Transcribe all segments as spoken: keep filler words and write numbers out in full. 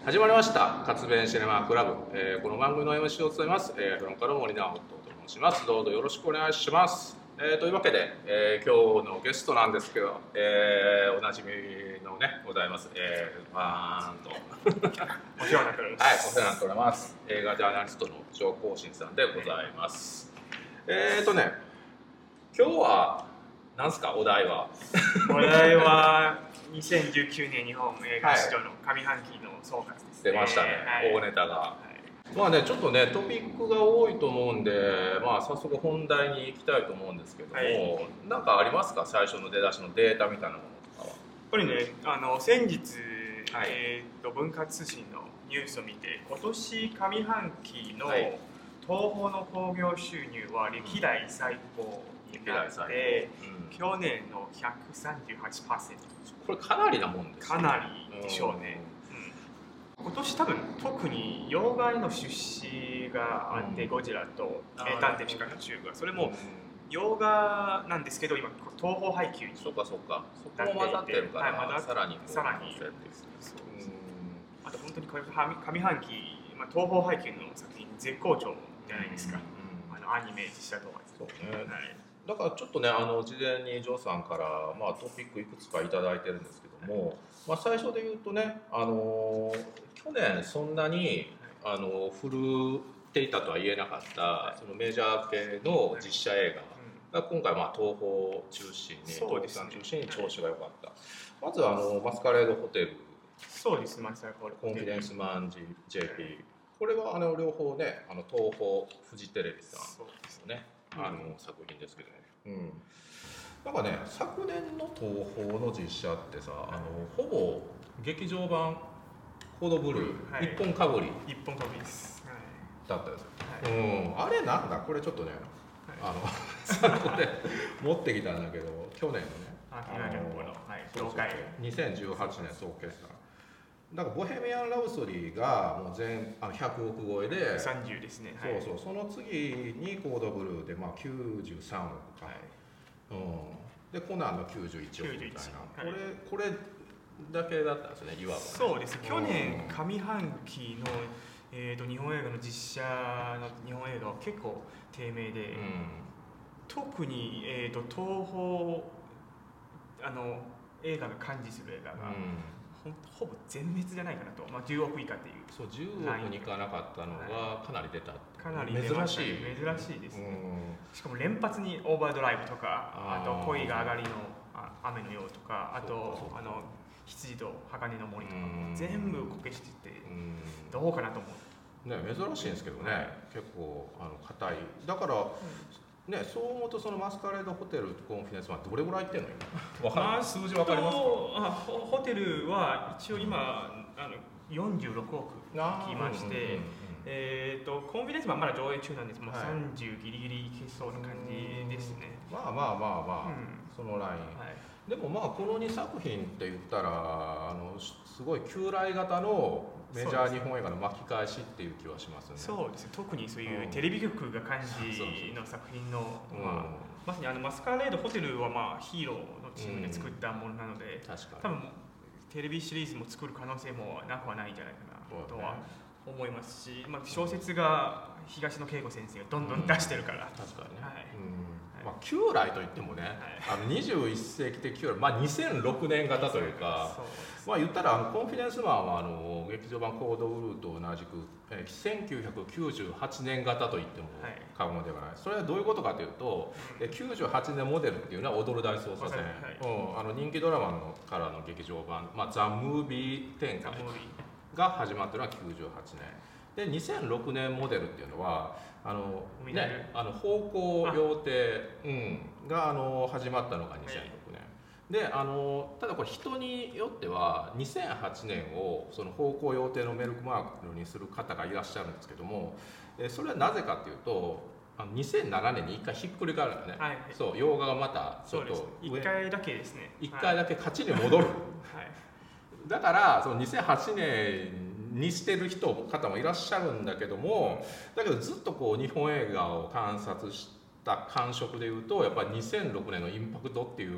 始まりました活弁シネマクラブ、えー、この番組の エムシー を務めます、えー、フロンカの森直人と申します。どうぞよろしくお願いします。えー、というわけで、えー、今日のゲストなんですけど、えー、おなじみのねございます、えー、バーンとお世話になっております。 はい、お世話になっております。映画ジャーナリストの張光信さんでございます。えーとね今日は何すかお題はお題はにせんじゅうきゅうねん日本映画史上の上半期の総括ですね。 出ましたね、はい、大ネタが、はい、まあねちょっとねトピックが多いと思うんで、まあ早速本題に行きたいと思うんですけども、はい、なんかありますか最初の出だしのデータみたいなものとかは。やっぱりねあの先日、はい、えー、と文化通信のニュースを見て今年上半期の東宝の興行収入は歴代最高になって、うん、去年の ひゃくさんじゅうはちパーセント。 これかなりなもんですね。 かなりでしょうね。うん、今年多分特に洋画への出資があって、うん、ゴジラと名探偵ピカチュウがそれも洋画なんですけど今東宝配給にそうかそうかそこも混ざってるから、はい、まださらにさらにそうですね。あと本当にこれ上半期、まあ、東宝配給の作品絶好調じゃないですか。うん、あのアニメ実写動画ですね。 そうね。はい、だからちょっとねあの事前にジョーさんから、まあ、トピックいくつかいただいてるんですけども、まあ、最初で言うとね、あの去年そんなにあの振るっていたとは言えなかったそのメジャー系の実写映画が今回まあ東宝中心に東宝さん中心に調子が良かった。まずあのマスカレードホテル、 そうですマスカレードホテル、 コンフィデンスマン ジェーピー、これはあの両方ねあの東宝フジテレビさんですよね。あの作品ですけどね、うん、なんかね昨年の東宝の実写ってさあのほぼ劇場版コードブルー、はい、一本かぶり一本かぶりです、はい、 だったですよ、はい、うん、あれなんだこれちょっとね、はい、あの参考で持ってきたんだけど去年のねあの、はい、そうそうにせんじゅうはちねん総決算だからボヘミアン・ラブソディがもう全あのひゃくおく超えでさんじゅうですね、 はい、そうそうその次にコードブルーでまあきゅうじゅうさんおくか、はい、うん、でコナンのきゅうじゅういちおくみたいな、はい、これこれだけだったんですねいわば、ね、 そうです去年上半期の、えー、と日本映画の実写の日本映画は結構低迷で、うん、特に、えー、と東宝あの映画が感知する映画が、うんほぼ全滅じゃないかなと、まあ、じゅうおく以下っていうそうじゅうおくにいかなかったのがかなり出た、 かなり珍しい珍しいですね、うん、しかも連発にオーバードライブとか あ, あと恋が上がりの雨のようとかあとあの羊と鋼の森とか全部こけしててどうかなと思う、 ね、珍しいんですけどね、はい、結構あの硬いだから、うんね、そう思うとそのマスカレードホテルとコンフィデンスマンどれぐらいいってんの今わかる数字わかりますか？ あホテルは一応今あのよんじゅうろくおくきまして、えー、とコンフィデンスマンまだ上映中なんです、もうさんじゅうギリギリいけそうな感じですね。 まあまあまあまあ、うん、そのライン、はい、でもまあこのにさく品って言ったらあのすごい旧来型のメジャー日本映画の巻き返しっていう気はしますね。 そうですね。特にそういうテレビ局が幹事の作品の、まあ、まさにあのマスカレードホテルはまあヒーローのチームで作ったものなので、うん、確かに多分テレビシリーズも作る可能性もなくはないんじゃないかなとは思いますし、まあ、小説が東野圭吾先生がどんどん出してるから、 うん、確かにね、はい、うん、まあ、旧来といってもね、はい、あのにじゅういっせいき的旧来、まあ、にせんろくねん型というかまあ言ったらあのコンフィデンスマンはあの劇場版コードブルーと同じく、えー、せんきゅうひゃくきゅうじゅうはちねん型と言っても過言ではない、はい、それはどういうことかというと、うん、きゅうじゅうはちねんモデルっていうのは踊る大捜査線、はい、うん、あの人気ドラマのからの劇場版、まあ、ザ・ムービー展開が始まったのはきゅうじゅうはちねんでにせんろくねんモデルっていうのはあの、ね、あの方向用艇、うん、があの始まったのがにせんろくねん、であのただこれ人によってはにせんはちねんをその方向用艇のメルクマークにする方がいらっしゃるんですけども、それはなぜかというとあのにせんななねんにいっかいひっくり返るんだね、はいはい、そう洋画がまたちょっといっかいだけですね、 いっかいだけ勝ちに戻る、はい、だからそのにせんはちねんにしてる人方もいらっしゃるんだけども、だけどずっとこう日本映画を観察した感触でいうとやっぱりにせんろくねんのインパクトっていう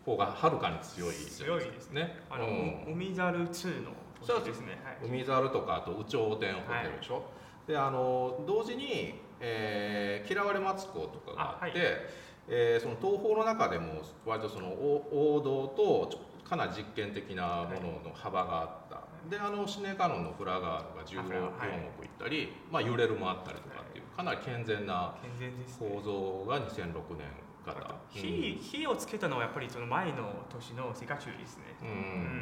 方がはるかに強いですね。 強いですね。あの、うん、海猿ツーの年ですね。はい、 海猿とかあと有頂天ホテルでしょ。はい、であの同時に、えー、嫌われ松港とかがあって、はい、えー、その東宝の中でも割とその王道とかなり実験的なものの幅があった。はい、であのシネカノンのフラガールがじゅうよんおくいったり、はい、まあ、揺れるもあったりとかっていうかなり健全な構造がにせんろくねんから、 火、火をつけたのはやっぱりその前の年のセカチュウですね。 うん、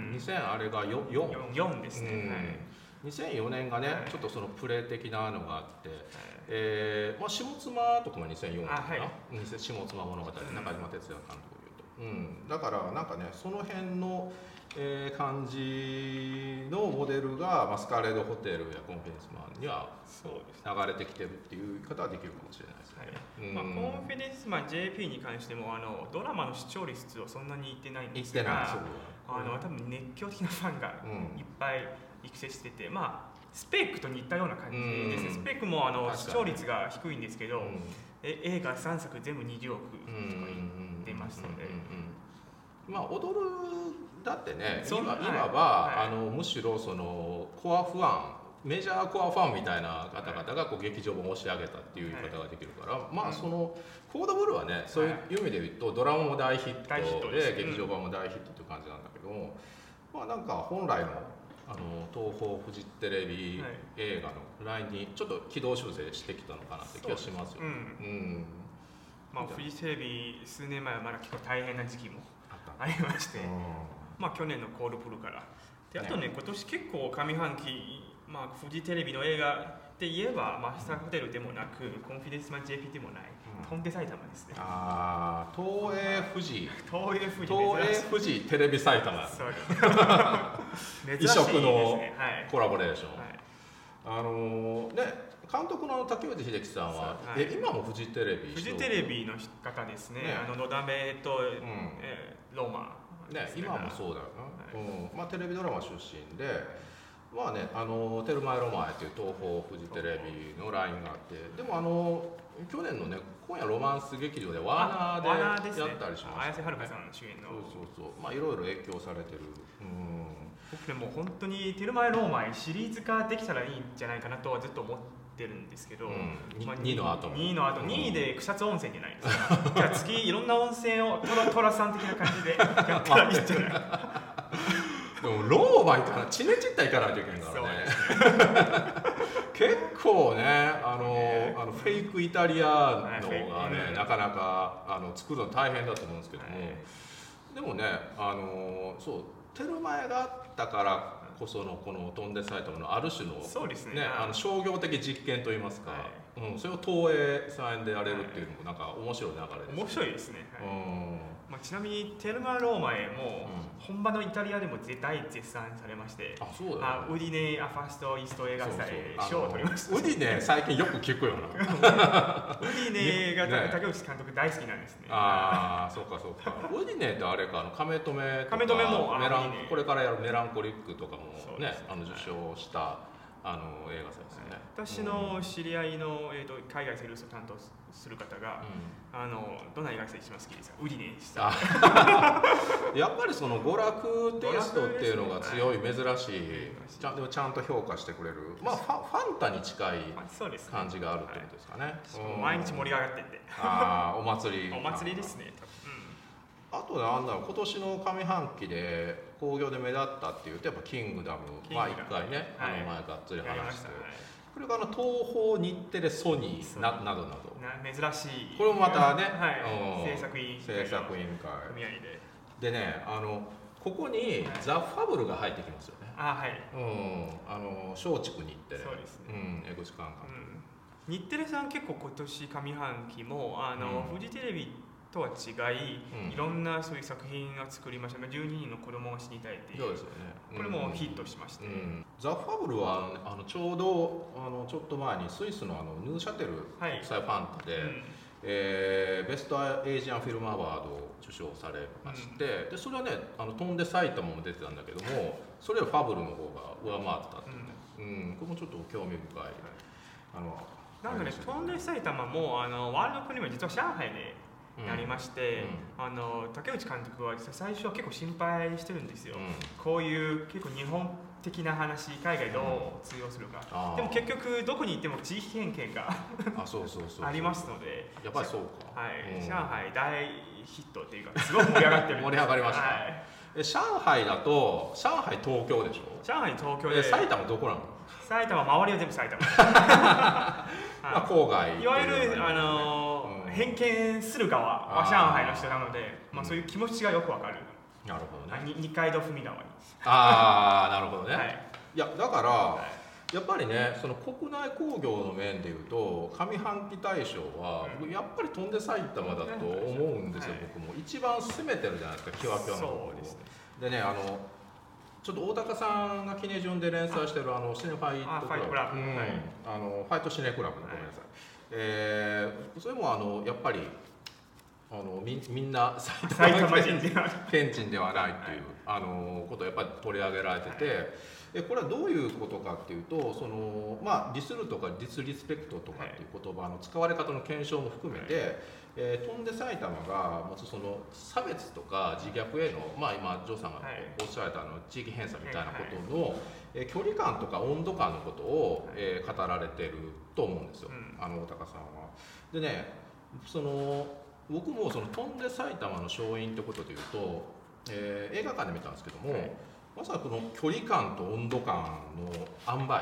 にせんあれが よん, よんですね。うん、はい、 にせんよねんがね、はい、ちょっとそのプレー的なのがあって、はい、えーまあ、下妻とかもにせんよんねんかな、はい、下妻物語、中島哲也監督でいうと、うん、だからなんかねその辺の、えー、感じのモデルがマスカレードホテルやコンフィデンスマンには流れてきてるっていう言い方はできるかもしれないですね。はい、うん、 まあ、コンフィデンスマン ジェーピー に関してもあのドラマの視聴率はそんなにいってないんですが、あの多分熱狂的なファンがいっぱい育成してて、まあスペックと似たような感じですね。スペックもあの視聴率が低いんですけど、うん、え映画さんさく全部にじゅうおくとか出ましたので、 まあ踊るだってね、今今は、はい、あのむしろそのコアファンメジャーコアファンみたいな方々がこう劇場を押し上げたっていう言い方ができるから、はい、まあそのコードブルーはね、そういう意味で言うとドラマも大ヒットで劇場版も大ヒットという感じなんだけども、まあなんか本来のあの東宝フジテレビ映画のラインにちょっと軌道修正してきたのかなって気がしますよね。うんうん、 まあフジテレビ数年前はまだ結構大変な時期もありまして、まあ去年のコールプルからで、あとね、今年結構上半期、まあフジテレビの映画で言えばマスターホテルでもなく、コンフィデンスマン ジェーピー でもない、うん、飛んで埼玉ですね。 ああ、東映富士。 東映富士。 東映富士テレビ埼玉。異色のコラボレーション。はい、あのー、ね、監督の竹内秀樹さんは、はい、え今もフジテレビ。 フジテレビの方ですね。ね、あののだめと、うん、えー、ローマ、 ね。今もそうだよな。はい、うん、まあテレビドラマ出身で。まあね、あのテルマエロマエという東宝フジテレビのラインがあって、でもあの去年のね今夜ロマンス劇場でワーナーでやったりしました、ね、 綾瀬はるかさん主演の。 そうそうそう、まあいろいろ影響されてる。うん、 僕でも本当にテルマエロマエシリーズ化できたらいいんじゃないかなとはずっと思ってるんですけど、うん、 まあ、にの後もにの後、うん、にいで草津温泉じゃないですか。じゃあ次いろんな温泉をトラトラさん的な感じでやったらいいんじゃないか。 でもローマ行ったらチネチッタ行かないといけないからね。結構ね、あの、ね、あのフェイクイタリアのがね、なかなかあの作るの大変だと思うんですけども、でもね、あのそうテルマエがあったからこそのこの飛んで埼玉のある種のそうですね、 ね、あの商業的実験といいますか、はい、うん、それを東映さんえんでやれるっていうのもなんか面白い流れです、ね。 面白いですね。はい、 うん、 まあ、ちなみにテルマローマエも本場のイタリアでも大絶賛されまして、 あ、そうだよ、ね、 ウディネアファーストイースト映画祭賞を取りました。 ウディネ最近よく聞くよな。ウディネが、ね、竹内監督大好きなんですね。 ああ、そうかそうか。ウディネってあれか、あの亀止めとか、 亀止めもメランこれからやるメランコリックとかもね、あの受賞した、はい、あの映画祭ですよね。 私の知り合いの、えー、と海外セールスを担当する方が、うん、あのどんな映画祭一番好きですか？ウディネでした。 やっぱりその娯楽テイストっていうのが強い、珍しい、ちゃんでもちゃんと評価してくれる、まあファ、ファンタに近い感じがあるってことですかね。 はい、毎日盛り上がってて、 ああ、お祭りお祭りですね。 あとなんだろう、今年の上半期で興行で目立ったっていうとやっぱキングダム、まあ一回ね、はい、あの前がっつり話して、はい、これがあの東宝、日テレ、ソニー な, などなど珍しい、 これもまたね、 はい、制作委員会制作委員会組合ででね、あのここにザ・ファブルが入ってきますよね。 あ、はい、 うん、あの松竹日テレ、 そうですね、 うん、江口監督、 うん、日テレさん結構今年上半期もあの、うん、フジテレビとは違い、うん、いろんなそういう作品を作りました。じゅうににんの子供が死にたいっていう、 そうですよね、 これもヒットしまして、うんうん、 ザ・ファブルはあのちょうどあのちょっと前にスイスのあのヌーシャテル国際ファンタで、はい、うん、えー、ベストエイジアンフィルムアワードを受賞されまして、うん、でそれはね、あの飛んで埼玉も出てたんだけども、それよりファブルの方が上回ったっていうね、うん、うん、これもちょっと興味深い、はい、あのなんかね、飛んで埼玉もあのワールドプレミア実は上海でなりまして、うん、あの竹内監督は最初は結構心配してるんですよ、うん、こういう結構日本的な話海外どう通用するか、うん、でも結局どこに行っても地域偏見がありますのでやっぱりそうか、 はい、うん、上海大ヒットっていうかすごく盛り上がってる盛り上がりました、はい、え上海だと上海東京でしょ。 上海東京で埼玉どこなの。 埼玉周りは全部埼玉まあ郊外いわゆるあのーうん、偏見する側は上海の人なので、まあ、そういう気持ちがよくわかる。 なるほどね。 二階堂ふみ川に。 ああなるほどね、 はい、 いやだから、はい、やっぱりねその国内興行の面でいうと上半期大賞は、うん、やっぱり飛んで埼玉だと思うんですよ、はい、僕も一番攻めてるじゃないですかキワキワのそうですね。 でねあのちょっと大高さんが記念順で連載してるあのシネファイトクラブ、ファイトシネクラブのごめんなさい、えー、それもあのやっぱりあの み, みんな埼玉県人ではないっていう、はい、あのことをやっぱり取り上げられてて、はい、でこれはどういうことかっていうとその、まあ、ディスるとかディスリスペクトとかっていう言葉の使われ方の検証も含めて、はい、えー、飛んで埼玉がまずその差別とか自虐への、まあ、今ジョーさんがおっしゃられたあの地域偏差みたいなことの、はい、えー、距離感とか温度感のことを、えー、語られてると思うんですよ、うん、あの大高さんは。でねその僕もその飛んで埼玉の勝因ってことでいうと、えー、映画館で見たんですけども、はい、まさにこの距離感と温度感の塩梅、はい、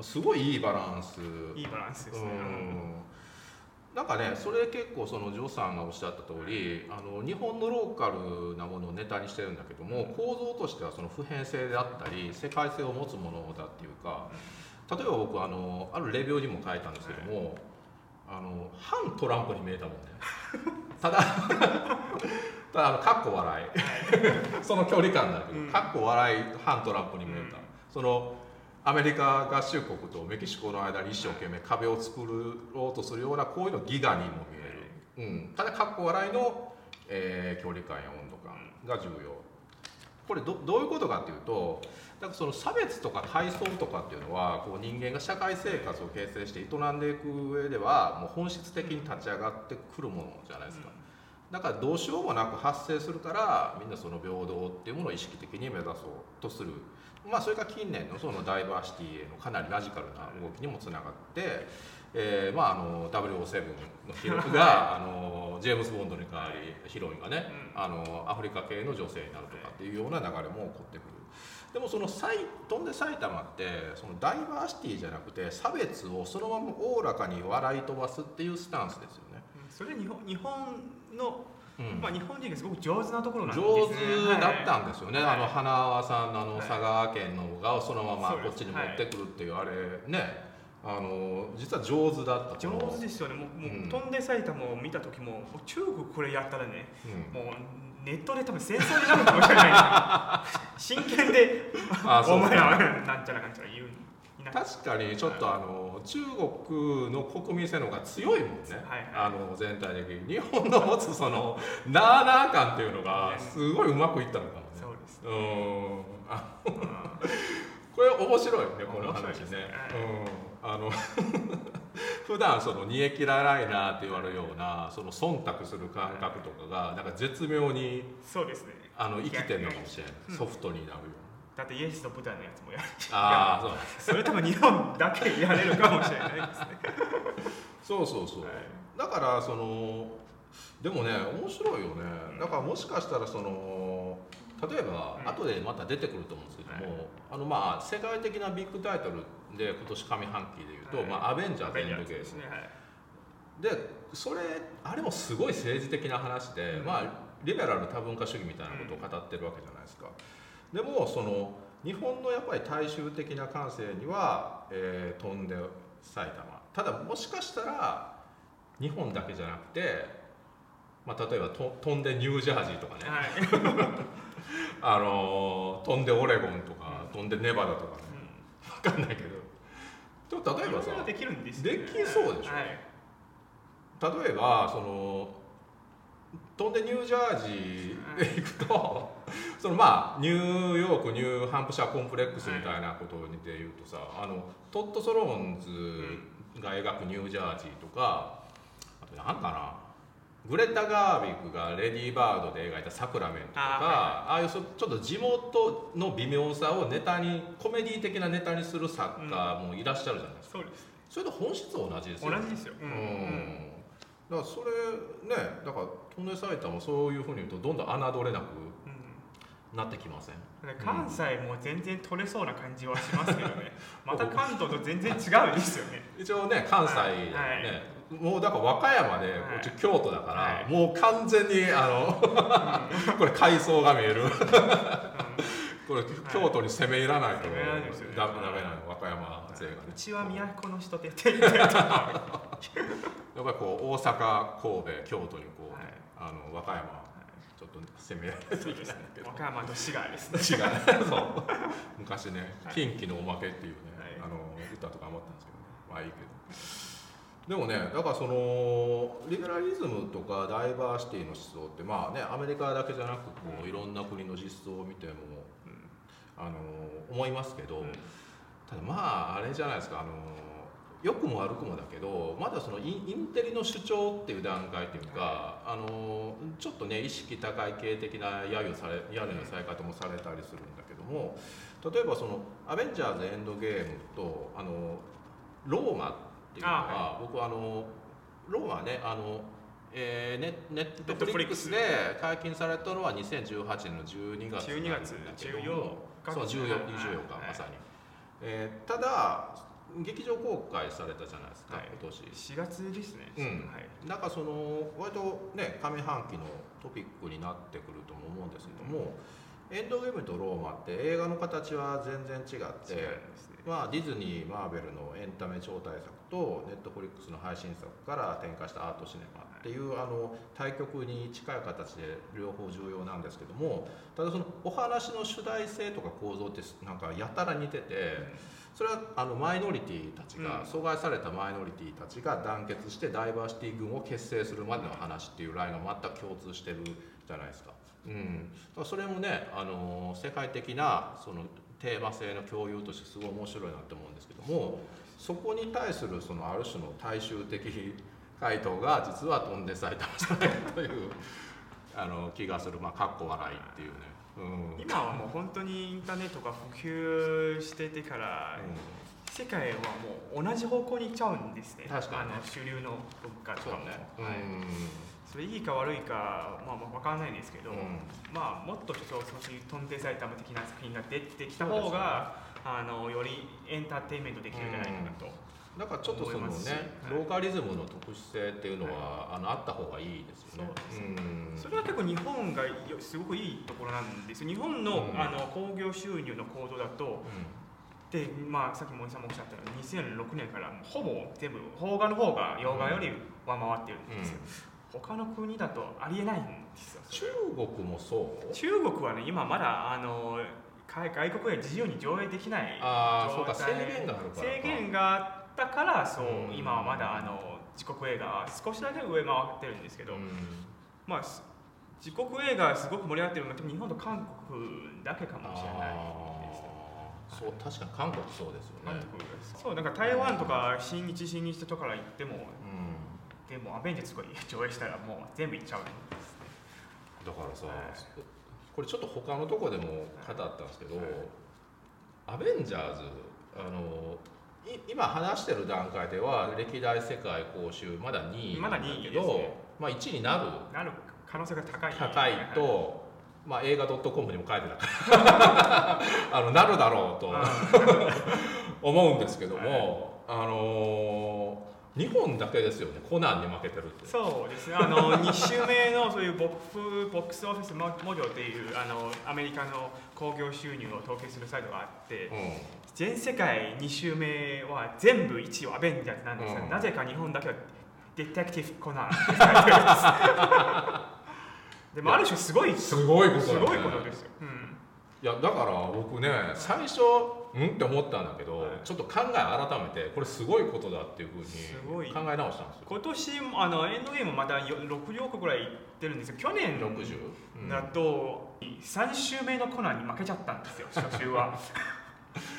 すごいいいバランス。 いいバランスですね。 うん、なんかねそれ結構そのジョーさんがおっしゃった通り、あの日本のローカルなものをネタにしてるんだけども、構造としてはその普遍性であったり世界性を持つものだっていうか、例えば僕あのあるレビューにも書いたんですけども、はい、あの反トランプに見えたもんねただただあのかっこ笑いその距離感だけど、うん、かっこ笑い反トランプに見えた、うん、そのアメリカ合衆国とメキシコの間に一生懸命壁を作ろうとするようなこういうのギガにも見える、うん、ただかっこ笑いの、えー、距離感や温度感が重要。これ ど, どういうことかっていうと、だからその差別とか階層とかっていうのはこう人間が社会生活を形成して営んでいく上ではもう本質的に立ち上がってくるものじゃないですか。だからどうしようもなく発生するからみんなその平等っていうものを意識的に目指そうとする。まあそれが近年のそのダイバーシティへのかなりラジカルな動きにもつながって、えー、まああのダブリューオーセブンのヒロインがあのジェームズ・ボンドに代わりヒロインがね、あのアフリカ系の女性になるとかっていうような流れも起こってくる。でもその飛んで埼玉ってそのダイバーシティじゃなくて差別をそのままおおらかに笑い飛ばすっていうスタンスですよね。 それ日本日本の、うんまあ、日本人がすごく上手なところなんですね。 上手だったんですよね、はい、あの花輪さんのあの佐賀県のがそのままこっちに持ってくるっていうあれね、あの実は上手だった。 上手ですよね。もう、もう、うん、飛んで埼玉を見た時も中国これやったらね、うん、もうネットで多分戦争になるかもしれない真剣でお前らなんちゃらかんちゃら言う確かにちょっとあの中国の国民性の方が強いもんね、はいはい、あの全体的に日本の持つそのなあなあ感っていうのがすごいうまくいったのかもね。 そうです、 ね、うんこれ面白いねこの話ね、うん、あの普段その煮え切らないなって言われるようなその忖度する感覚とかがなんか絶妙にそうですねあの生きてるのかもしれない、うん、ソフトになるような。 だってイエスの舞台のやつもやる。 ああ、そうそれ多分日本だけやれるかもしれないですね。 そうそうそう。はい、だからそのでもね面白いよね。だからもしかしたらその例えば、うん、後でまた出てくると思うんですけども、はい、あのまあ世界的なビッグタイトルで今年上半期でいうと、はい、まあアベンジャーズエンドゲームですね。はい、でそれあれもすごい政治的な話で、うん、まあリベラル多文化主義みたいなことを語ってるわけじゃないですか。でもその日本のやっぱり大衆的な感性には、えー、飛んで埼玉。ただもしかしたら日本だけじゃなくて、まあ、例えばと飛んでニュージャージーとかね、はい、あの飛んでオレゴンとか、うん、飛んでネバダとかね、うん、分かんないけどでも例えばさできるんですね、できそうでしょ、はい、例えばその飛んでニュージャージーで行くと、そのまあニューヨークニューハンプシャーコンプレックスみたいなことで言うとさ、あのトッド・ソローンズが描くニュージャージーとか、あとなんかな、 グレタ・ガービックがレディー・バードで描いたサクラメントとか あ,、はい、ああいうちょっと地元の微妙さをネタにコメディ的なネタにする作家もいらっしゃるじゃないですか、うん、そうです。それと本質は同じですよね。 同じですよ、うんうん、 だからそれね、だからトンネサイタもそういうふうに言うとどんどん侮れなくなってきません、 うん、関西も全然取れそうな感じはしますけどねまた関東と全然違うんですよね一応ね関西ね、はい、もうだから和歌山で、はい、こっち京都だから、はい、もう完全にあのこれ階層が見えるこれ京都に攻め入らないとダメなの和歌山勢がね。 うちは都の人って言ってるやっぱりこう大阪神戸京都にこう、はい、あの和歌山ちょっと攻められてるんですけど、 和歌山と滋賀ですね。 滋賀そう昔ね近畿のおまけっていうね、はい、あの歌とか思ったんですけど、ね、まあいいけど。でもね、だからそのリベラリズムとかダイバーシティの思想ってまあねアメリカだけじゃなくこういろんな国の実相を見ても、うん、あの思いますけど、うん、ただまああれじゃないですか、あの良くも悪くもだけどまだそのインテリの主張っていう段階というか、あのちょっとね意識高い系的な揶揄され揶揄のされ方もされたりするんだけども、例えばそのアベンジャーズエンドゲームとあのローマっていうのは、はい、僕はあのローマはねあの、えー、ネ, ネットフリックスで解禁されたのはにせんじゅうはちねんのじゅうにがつなんだけども、そうじゅうよっかまさに、えー、ただ劇場公開されたじゃないですか、はい、今年しがつですね、 うんはい、なんかその割とね上半期のトピックになってくるとも思うんですけども、うん、エンドゲームとローマって映画の形は全然違って、ねまあ、ディズニー・マーベルのエンタメ超大作とネットフリックスの配信作から展開したアートシネマっていう、はい、あの対極に近い形で両方重要なんですけども、ただそのお話の主題性とか構造ってなんかやたら似てて、うんそれはあのマイノリティたちが、うん、阻害されたマイノリティたちが団結してダイバーシティ軍を結成するまでの話っていうラインが全く共通してるじゃないですか。うん、だからそれもね、あの世界的なそのテーマ性の共有としてすごい面白いなと思うんですけども、そこに対するそのある種の大衆的回答が実は飛んで埼玉じゃないというあの気がする、まあかっこ笑いっていうね。うん、 今はもう本当にインターネットが普及しててから、うん、世界はもう同じ方向に行っちゃうんですね。 確かにね、 あの主流の文化とかも、 ねはい、うんそれいいか悪いか、まあ、分からないんですけど、うん、まあもっとそういうトンテ埼玉的な作品が出てきた方が、ね、あのよりエンターテインメントできるんじゃないかなと。うんだからちょっとそのね、ローカリズムの特殊性っていうのは、はい、あのあった方がいいですよね。 そうですね。うんそれは結構日本がすごくいいところなんです。日本の、うん、あの興行収入の構造だと、うん、でまあさっき森さんもおっしゃったようににせんろくねんからほぼ全部邦画の方が洋画より上回ってるんですよ。うん、他の国だとありえないんですよ。 中国もそう？ 中国はね今まだあの外国へ自由に上映できない状態。あそうか制限があるからか。 制限がだからそう、うん、今はまだあの自国映画は少しだけ上回ってるんですけど、うん、まあ自国映画すごく盛り上がってるのは日本と韓国だけかもしれないです、ね、 そう確かに韓国そうですよね。 そうなんか台湾とか新日新日とかから行っても、うん、でもアベンジャーズとか上映したらもう全部行っちゃうんですね。 だからさ、はい、これちょっと他のとこでも語ったんですけど、はい、アベンジャーズあの今話してる段階では歴代世界興収まだにいなんだけど、ね、まあいちいになるなる可能性が高い高いと、はいまあ、映画 .com にも書いてたからあのなるだろうと思うんですけども、はい、あのー日本だけですよね、コナンに負けてるって。 そうですね、あのに週目のそういうボックボックスオフィスモジョっていうあのアメリカの興行収入を統計するサイトがあって、うん、全世界に週目は全部いちいはアベンジャーズなんですが、うん、なぜか日本だけはデテクティブコナンって書いてあるんですでもある種すごいすごいことだね。 すごいことですよ、うん、 いやだから僕ね最初うんって思ったんだけど、はい、ちょっと考え改めてこれすごいことだっていうふうに考え直したんですよ。 今年あのエンドゲームまたろくおくぐらいいってるんですよ。去年ろくじゅうだとさん週目のコナンに負けちゃったんですよ初週は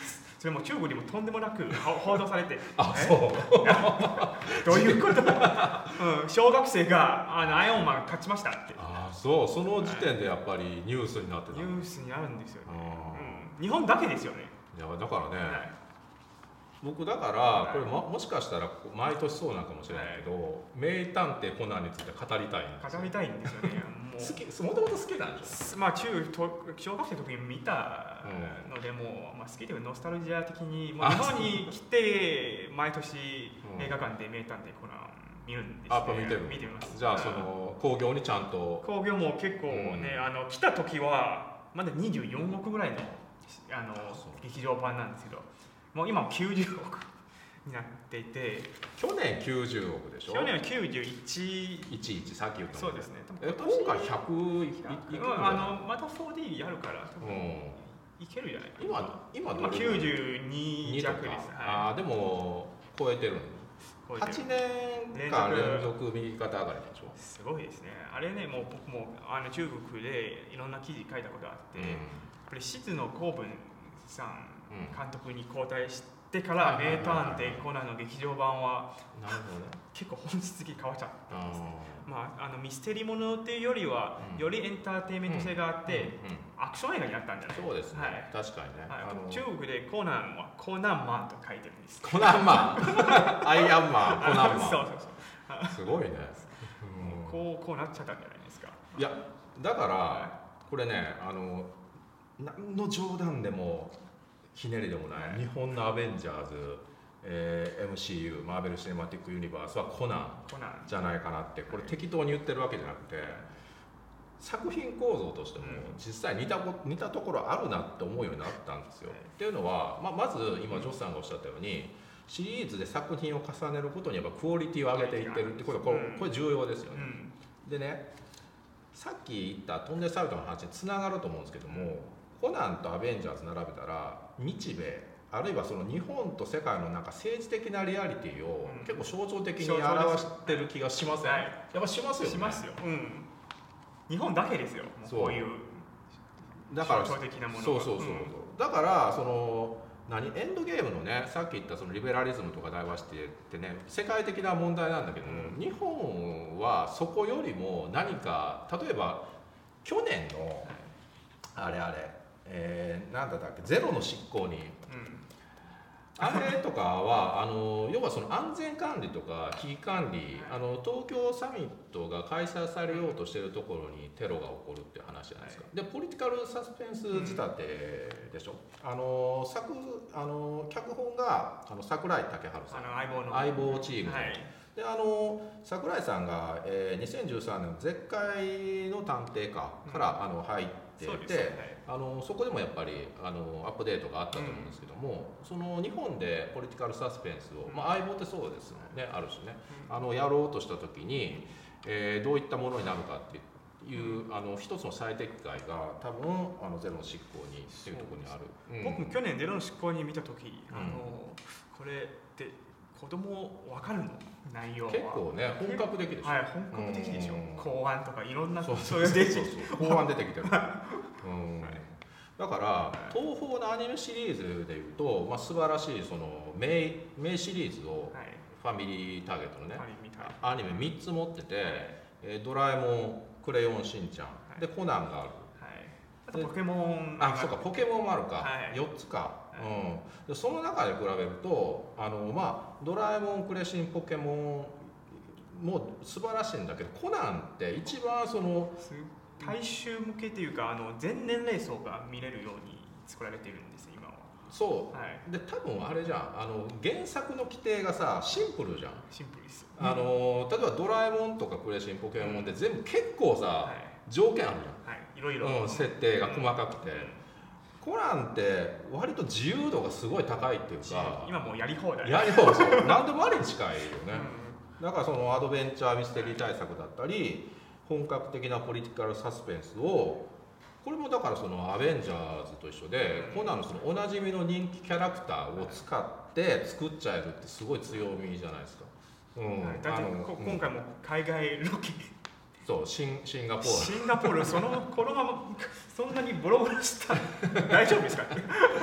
それも中国にもとんでもなく報道されてあそうどういうこと、うん、小学生があのアイアンマン勝ちましたってあそうその時点でやっぱりニュースになってた、 ニュースになるんですよね、うん、日本だけですよねいやだからね、 はい、僕だからこれ も, もしかしたら毎年そうなんかもしれないけど、はい、名探偵コナンについて語りたいんですよ語りたいんですよね好きもともと好きなんでしょまあ中小学生の時に見たので、うん、もう、まあ、好きというかノスタルジア的にもう日本に来て毎年映画館で名探偵コナン見るんですね。 あ、見てる。 見てます。 じゃあその興行にちゃんと興行も結構ね、うん、あの来た時はまだにじゅうよんおくぐらいのあの劇場版なんですけど、もう今はきゅうじゅうおくになっていて、 去年きゅうじゅうおくでしょ。 去年はきゅうじゅういち、 いちいちさっき言ったそうですね。 え今回ひゃくいくあのまた フォーディー やるから多分、うん、いけるじゃないかな。 今今きゅうじゅうに弱です。はい、 ああでも超えてる。はちねんかん連続右肩上がりでしょ。 すごいですね。あれねもう僕もあの中国でいろんな記事書いたことあって、うん、これ静野公文さん監督に交代して。でから名探偵コナンの劇場版はなるほど、ね、 結構本質的に変わっちゃったんですね。まあ、あのミステリーものっていうよりは、うん、よりエンターテインメント性があって、うんうんうん、アクション映画になったんじゃないですか。 そうですね、はい、確かにね、 はい、あの中国でコナンはコナンマンと書いてるんです。 コナンマンアイアンマンコナンマンそうそうそうすごいね、 うん、こうこうなっちゃったんじゃないですか。 いやだから、はい、これねあの何の冗談でもひねりでもない、はい、日本のアベンジャーズ、えー、エムシーユー マーベル・シネマティック・ユニバースはコナンじゃないかなってこれ適当に言ってるわけじゃなくて、作品構造としても実際似た似たところあるなって思うようになったんですよ。はい、っていうのは、まあ、まず今ジョスさんがおっしゃったようにシリーズで作品を重ねることにやっぱクオリティを上げていってるってことはこれ、これ重要ですよね。うん、でねさっき言ったトンネルサイトの話につながると思うんですけども、コナンとアベンジャーズ並べたら日米あるいはその日本と世界のなんか政治的なリアリティを結構象徴的に表してる気がしません、はい、やっぱしますよね。 しますよ、うん、日本だけですよこういうだから象徴的なものが。 そうそうそうそう、うん、だからその何エンドゲームのねさっき言ったそのリベラリズムとかダイバーシティってね世界的な問題なんだけども、うん、日本はそこよりも何か例えば去年のあれあれえー、なんだったっけゼロの執行に、うん、あれとかはあの要はその安全管理とか危機管理、あの東京サミットが開催されようとしているところにテロが起こるっていう話じゃないですか。でポリティカルサスペンス仕立てでしょ。うん、あの作あの脚本があの桜井武春さん、 あの相棒の相棒チームで。はい、であの桜井さんが、えー、にせんじゅうさんねんの絶海の探偵課から、うん、あの入ってて、はい、あのそこでもやっぱりあのアップデートがあったと思うんですけども、うん、その日本でポリティカルサスペンスを、まあ、相棒ってそうですよね、ある種ね、うん、あのやろうとした時に、えー、どういったものになるかっていう、うん、あの一つの最適解が多分あのゼロの執行にっていうところにある。 うん、僕も去年ゼロの執行に見た時、あのこれって子供分かるの内容は結構ね本格的でしょ。 はい、本格的でしょ。公安とかいろんなそうそうそうそう公安出てきてる。うん、はい、だから東宝のアニメシリーズでいうと、まあ、素晴らしいその名名シリーズをファミリーターゲットのね、はい、アニメみっつ持ってて、はい、えー、ドラえもん、クレヨンしんちゃん、はい、でコナンがある、はい、 あとポケモン、 あそうかポケモンもあるか、はい、よっつか、うん、でその中で比べるとあの、まあ、ドラえもん、クレシン、ポケモンも素晴らしいんだけどコナンって一番その大衆向けというかあの全年齢層が見れるように作られているんです今は。 そう、はい、で多分あれじゃんあの原作の規定がさシンプルじゃん。 シンプルです。 あの例えばドラえもんとかクレシン、ポケモンって全部結構さ、はい、条件あるじゃん、はい、 いろいろ、 うん、設定が細かくて、うん、コナンって割と自由度がすごい高いっていうか今もうやり放題やり放題何でもありに近いよね、うん、だからそのアドベンチャーミステリー対策だったり本格的なポリティカルサスペンスをこれもだからそのアベンジャーズと一緒で、うん、コナンのそのおなじみの人気キャラクターを使って作っちゃえるってすごい強みじゃないですか。うん、 はい、だって今回も海外ロケ、 そうシン、シンガポールシンガポールそのこのままそんなにボロボロした大丈夫ですか？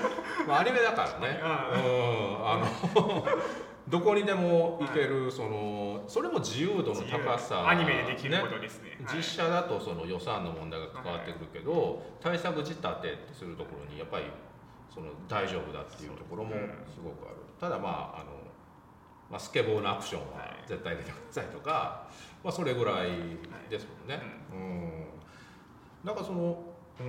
まあアニメだからね、うん、あのどこにでも行ける、そのそれも自由度の高さ、 アニメでできることですね。 実写だとその予算の問題が関わってくるけど、対策仕立てってするところにやっぱりその大丈夫だっていうところもすごくある。ただまああの、まあ、スケボーのアクションは絶対出てくださいとか、まあそれぐらいですもんね。うん。なんかそのうん。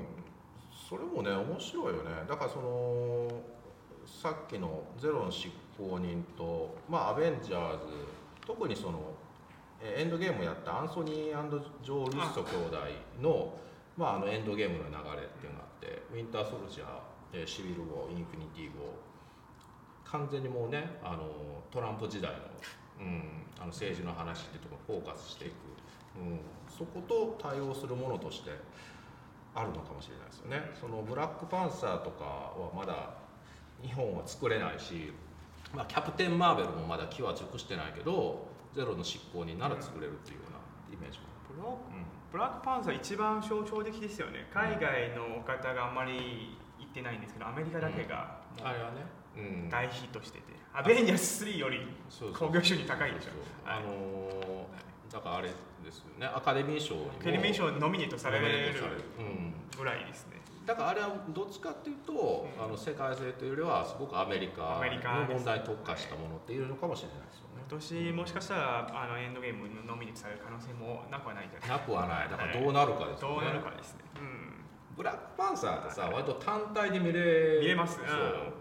それもね面白いよね。だからそのさっきのゼロの執行人と、まあ、アベンジャーズ、特にそのエンドゲームをやったアンソニー&ジョー・ルッソ兄弟の、まあ、あのエンドゲームの流れっていうのがあって、ウィンター・ソルジャー、シビル・ウォー、インフィニティ・ウォー、完全にもうねあのトランプ時代の、うん、あの政治の話っていうところにフォーカスしていく、うん、そこと対応するものとしてあるのかもしれないですよね。そのブラックパンサーとかはまだ日本は作れないし、まあ、キャプテンマーベルもまだ機は熟してないけど、ゼロの執行人なら作れるっていうようなイメージもある。 ブラックパンサー一番象徴的ですよね。海外の方があんまり言ってないんですけど、アメリカだけがもう大ヒットしてて、アベンジャーズスリーより興行収入高いでしょ。 あのー、だからあれですよね、アカデミー賞にもアカデミー賞ノミネートされるぐらいですね。 だからあれはどっちかっていうと、うん、あの世界性というよりはすごくアメリカの問題に特化したものっていうのかもしれないですよね。 今年もしかしたらあのエンドゲームにノミネートされる可能性もなくはないじゃないですか。 なくはない。だからどうなるかですよね。 どうなるかですね。うん、 ブラックパンサーってさ、割と単体で見れ見れます。 そう。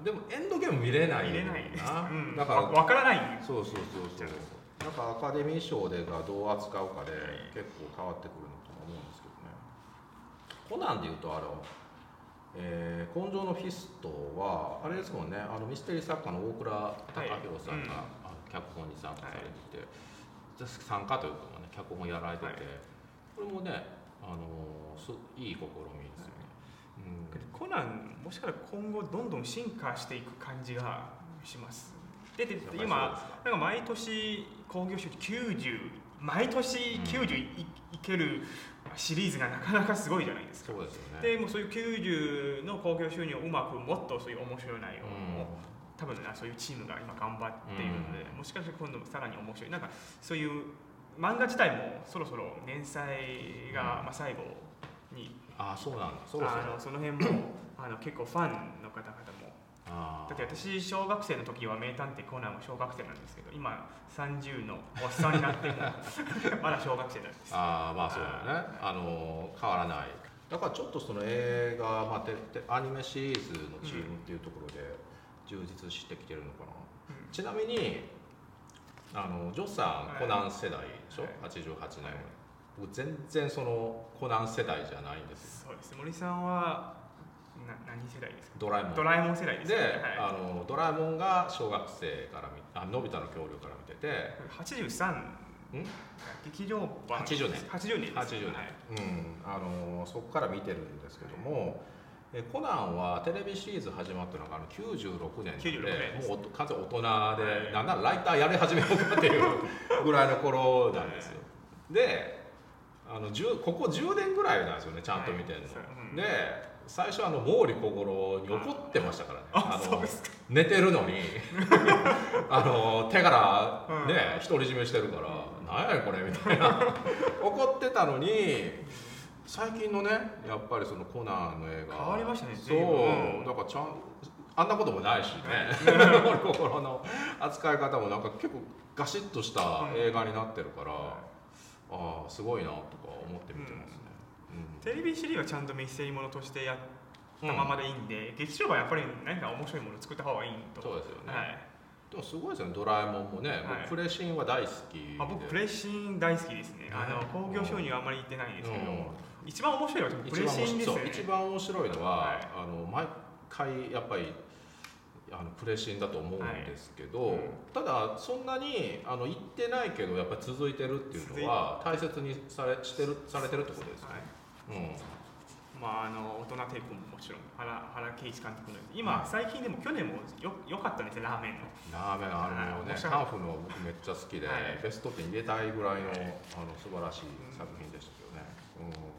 でもエンドゲーム見れない。 見れないです。 な、 うん、 だからわからない。 そうそうそうそう。なんかアカデミー賞でがどう扱うかで結構変わってくるのと思うんですけどね。コナンでいうとあの。えー、根性のフィストはあれですもんね、あのミステリー作家の大倉孝弘さんが、はい、うん、脚本に参加されてて、はい、参加というか、ね、脚本やられてて、はい、これもね、あのー、いい試みですよね。 はい、うん、コナンもしかしたら今後どんどん進化していく感じがします。でで今なんか毎年興行収入きゅうじゅう毎年きゅうじゅう い,、うん、いけるシリーズがなかなかすごいじゃないですか。 そうですよね。 でもうそういうきゅうじゅうの興行収入をうまくもっとそういう面白い内容を、うん、多分そういうチームが今頑張っているので、うん、もしかしたら今度さらに面白いなんかそういう漫画自体もそろそろ連載が、うん、まあ、最後にあそうなんだそろそろあのその辺もあの結構ファンの方々もあだって私小学生の時は名探偵コナンは小学生なんですけど今さんじゅうのおっさんになってもまだ小学生なんです。 ああまあそうだね。あの変わらない。だからちょっとその映画、まあ、ててアニメシリーズのチームっていうところで充実してきてるのかな。うん、ちなみにあのジョスさん、はい、コナン世代でしょ、はい、はちじゅうはちねん、はい、僕全然そのコナン世代じゃないんですよ。 そうです。森さんはな何世代ですか。 ドラえもん。 ドラえもん世代ですね。 で、はい、あのドラえもんが小学生から見あのび太の恐竜から見ててはちじゅうさんん劇場版はちじゅうねんはちじゅうねんです。 はちじゅうねん、はい、うんあのそこから見てるんですけども、えコナンはテレビシリーズ始まったのがあのきゅうじゅうろくねんで、 きゅうじゅうろくねんもう完全大人で、はい、なんならライターやり始めようかっていうぐらいの頃なんですよ。であのここじゅうねんぐらいなんですよねちゃんと見てるの、はいうん、で最初あの毛利小五郎に怒ってましたからね。 あの寝てるのにあの手からね独り占めしてるから何やねんこれみたいな怒ってたのに最近のねやっぱりそのコナンの映画変わりましたね。 そう、うん、だからちゃんあんなこともないしね毛利小五郎の扱い方もなんか結構ガシッとした映画になってるから、うん、ああすごいなとか思って見てますね。うんテレビシリーズはちゃんとメッセージものとしてやったままでいいんで、うん、劇場版やっぱり何か面白いものを作った方がいいと。 そうですよね、はい、でもすごいですよねドラえもんもね、はい、僕プレシンは大好きで。 あ僕プレシン大好きですね。あの興行収入はあんまりいってないんですけど、うん、一番面白いのはプレシンですよね。 一番面白いのは、はい、あの毎回やっぱりあのプレシンだと思うんですけど、はいうん、ただそんなにあの言ってないけどやっぱり続いてるっていうのは大切にされしてるされてるってことですよね。はいうん、 まああの大人テイクももちろん原原敬一監督の今、うん、最近でも去年もよ良かったんですよラーメンの。 ラーメンあのねカンフの僕めっちゃ好きで、はい、ベストテン入れたいぐらいのあの素晴らしい作品でしたけどね。うん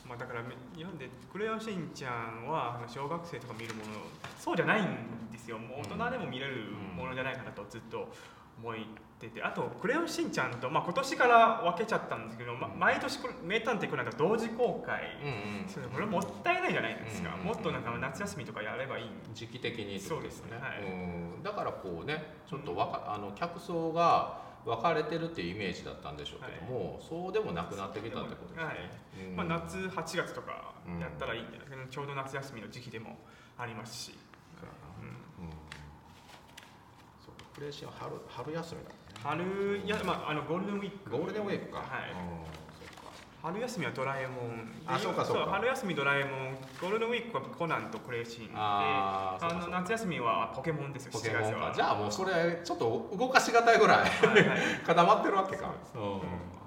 まあ、だから日本でクレヨンしんちゃんは小学生とか見るものそうじゃないんですよ。もう大人でも見れるものじゃないかなとずっと思ってて、あとクレヨンしんちゃんと、まあ、今年から分けちゃったんですけど、ま、毎年名探偵コナンが同時公開、うんうん、それこれもったいないじゃないですか、うんうん、もっとなんか夏休みとかやればいい時期的にそうですね、はい、 うん、だからこうねちょっとわかあの客層が分かれてるっていうイメージだったんでしょうけども、はい、そうでもなくなってきたってことですね、はい、 うん、まあ、夏はちがつとかやったらいいんじゃないですか、うん、ちょうど夏休みの時期でもありますし、うんうん、 そうか、クレイシーは 春, 春休みだね。 春いや、まあ、あのゴールデンウィークゴールデンウィークか、 はい、うん、そうか、春休みはドラえもん、 あ、そうかそうか、 春休みドラえもん、ゴールデンウィークはコナンとクレイシーで、ああの夏休みはポケモンですよ。 ポケモンか。じゃあもうそれちょっと動かしがたいぐらい、はいはい、固まってるわけか。 うん、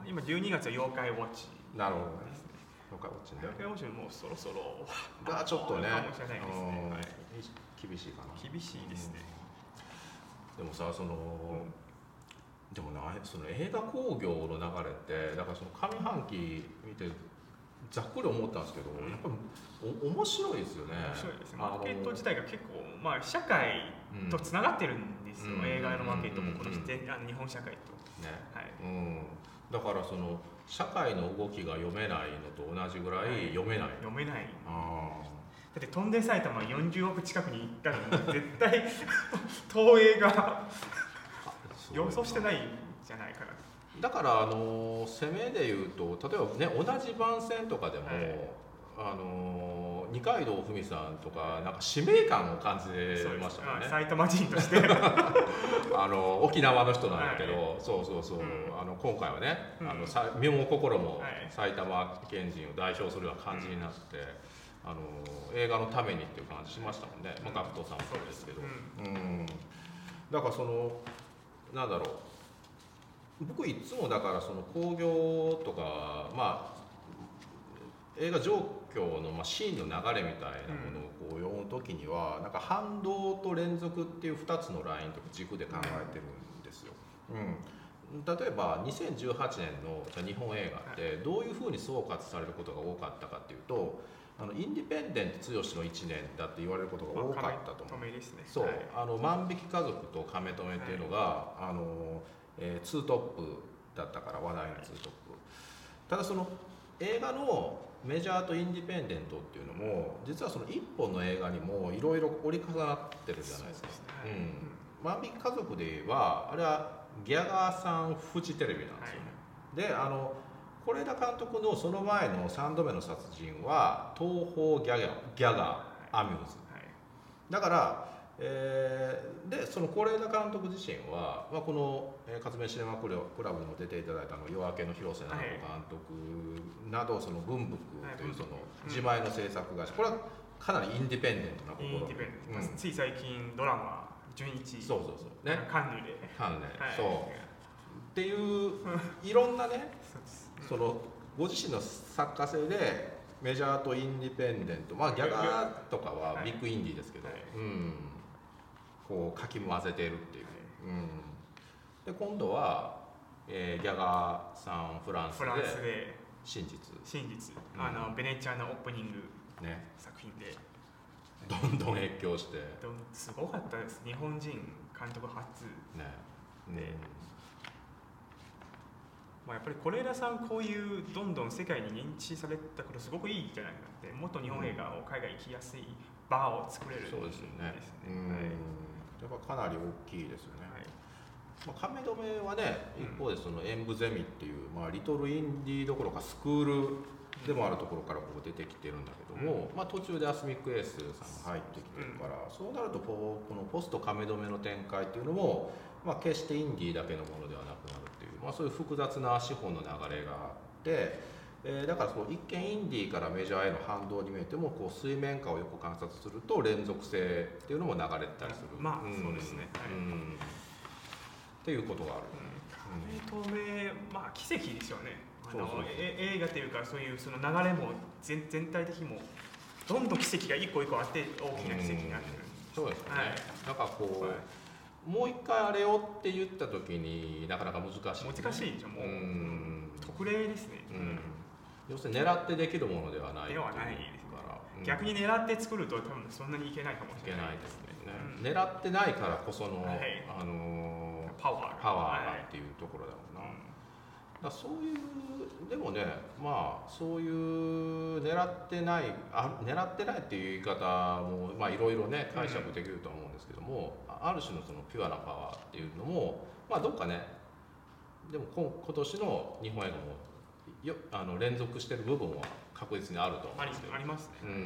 今じゅうにがつは妖怪ウォッチ。 なるほどね。妖怪ウォッチね。 妖怪ウォッチもうそろそろがちょっとね、 かもしれないですね、はい、 厳しいかな。 厳しいですね。 でもさ、その、うん、でもな、その映画興行の流れってだからその上半期見てざっくり思ったんですけど、うん、やっぱりお面白いですよね。 面白いですね。マーケット自体が結構、まあ、社会とつながってるんですよ、うん、映画のマーケットもこの、うん、あの日本社会と、ね、はい、 うん、だからその社会の動きが読めないのと同じぐらい読めない、はい、 読めない。あだって飛んで埼玉よんじゅうおく近くに行ったのに絶対東映が予想してないんじゃないかな。 だからあの攻めでいうと例えばね同じ番宣とかでも、はい、あの二階堂ふみさんとかなんか使命感を感じましたよね。 埼玉人としてあの沖縄の人なんだけど、はい、そうそうそう、うん、あの今回はね、うん、あの身も心も埼玉県人を代表するような感じになって、うん、あの映画のためにっていう感じしましたもんね。まあ、ガクトさんもそうですけど、うんうん、だからそのなんだろう、僕いつもだからその興行とか、まあ、映画状況のまあシーンの流れみたいなものをこう読むときには、なんか反動と連続っていうふたつのラインとか軸で考えてるんですよ、うん、例えばにせんじゅうはちねんの日本映画ってどういうふうに総括されることが多かったかっていうと、あのインディペンデント剛のいちねんだって言われることが多かったと思う。そう、あの万引き家族と亀止めっていうのが、はい、あのえー、ツートップだったから話題のツートップ。ただその映画のメジャーとインディペンデントっていうのも実はその一本の映画にもいろいろ折り重なってるじゃないですか。うん、万引き家族で言えばあれはギャガーさんフジテレビなんですよね、はい、であの是枝監督のその前のさんどめの殺人は東宝ギャガー、ギャガーアミューズ、はい、だからえー、でその是枝監督自身は、まあ、この「勝部シネマクラブ」にも出ていただいたの夜明けの広瀬直子監督など、その文福というその自前の制作会社、これはかなりインディペンデントな心、 うん、つい最近ドラマ「純一」 そうそうそうね、 カンヌでカンヌで、はい、そうっていういろんなねそのご自身の作家性でメジャーとインディペンデント、まあギャガーとかはビッグインディーですけど、はい、うんこうかき混ぜているっていう、はい、うん、で今度は、えー、ギャガーさんフランスで真実真実、うん、あのベネチアのオープニング作品で、ね、 どんどん熱狂してすごかったです。日本人監督初ね、うん、で、まあ、やっぱり是枝さんこういうどんどん世界に認知されたことすごくいいんじゃないかって、もっと日本映画を海外行きやすいバーを作れるんですね。 そうですよね、うん、はい、やっぱかなり大きいですよね、はい、まあ、亀止めはね、一方でその演舞ゼミっていう、まあ、リトルインディーどころかスクールでもあるところからこう出てきてるんだけども、うん、まあ、途中でアスミックエースさんが入ってきてるから、うん、そうなるとこうこのポスト亀止めの展開っていうのも、まあ、決してインディーだけのものではなくなるっていう、まあ、そういう複雑な資本の流れがあって、えー、だからその一見インディーからメジャーへの反動に見えてもこう水面下をよく観察すると連続性っていうのも流れてたりする、 まあ、うん、そうですね、はい、うん、 っていうことがある。 亀止め、まあ奇跡ですよね。あの映画というかそういうその流れも 全, 全体的にもどんどん奇跡が一個一個あって大きな奇跡になってる。 そうですね、はい、なんかこう、はい、もう一回あれをって言った時になかなか難しい、ね、 難しいでしょ。もう、うん、特例ですね、 うん、 要するに狙ってできるものではないではないですから、うん、逆に狙って作ると多分そんなにいけないかもしれないですね。 いけないですね、うん、狙ってないからこその、はい、あのパワーパワーがっていうところだろうな、はい、だそういうでもね、まあそういう狙ってないあ狙ってないっていう言い方もまあいろいろね解釈できると思うんですけども、うん、ある種のそのピュアなパワーっていうのもまあどっかねでも今今年の日本映画もよあの連続してる部分は確実にあると思うんですけど、 ありますね、 うん、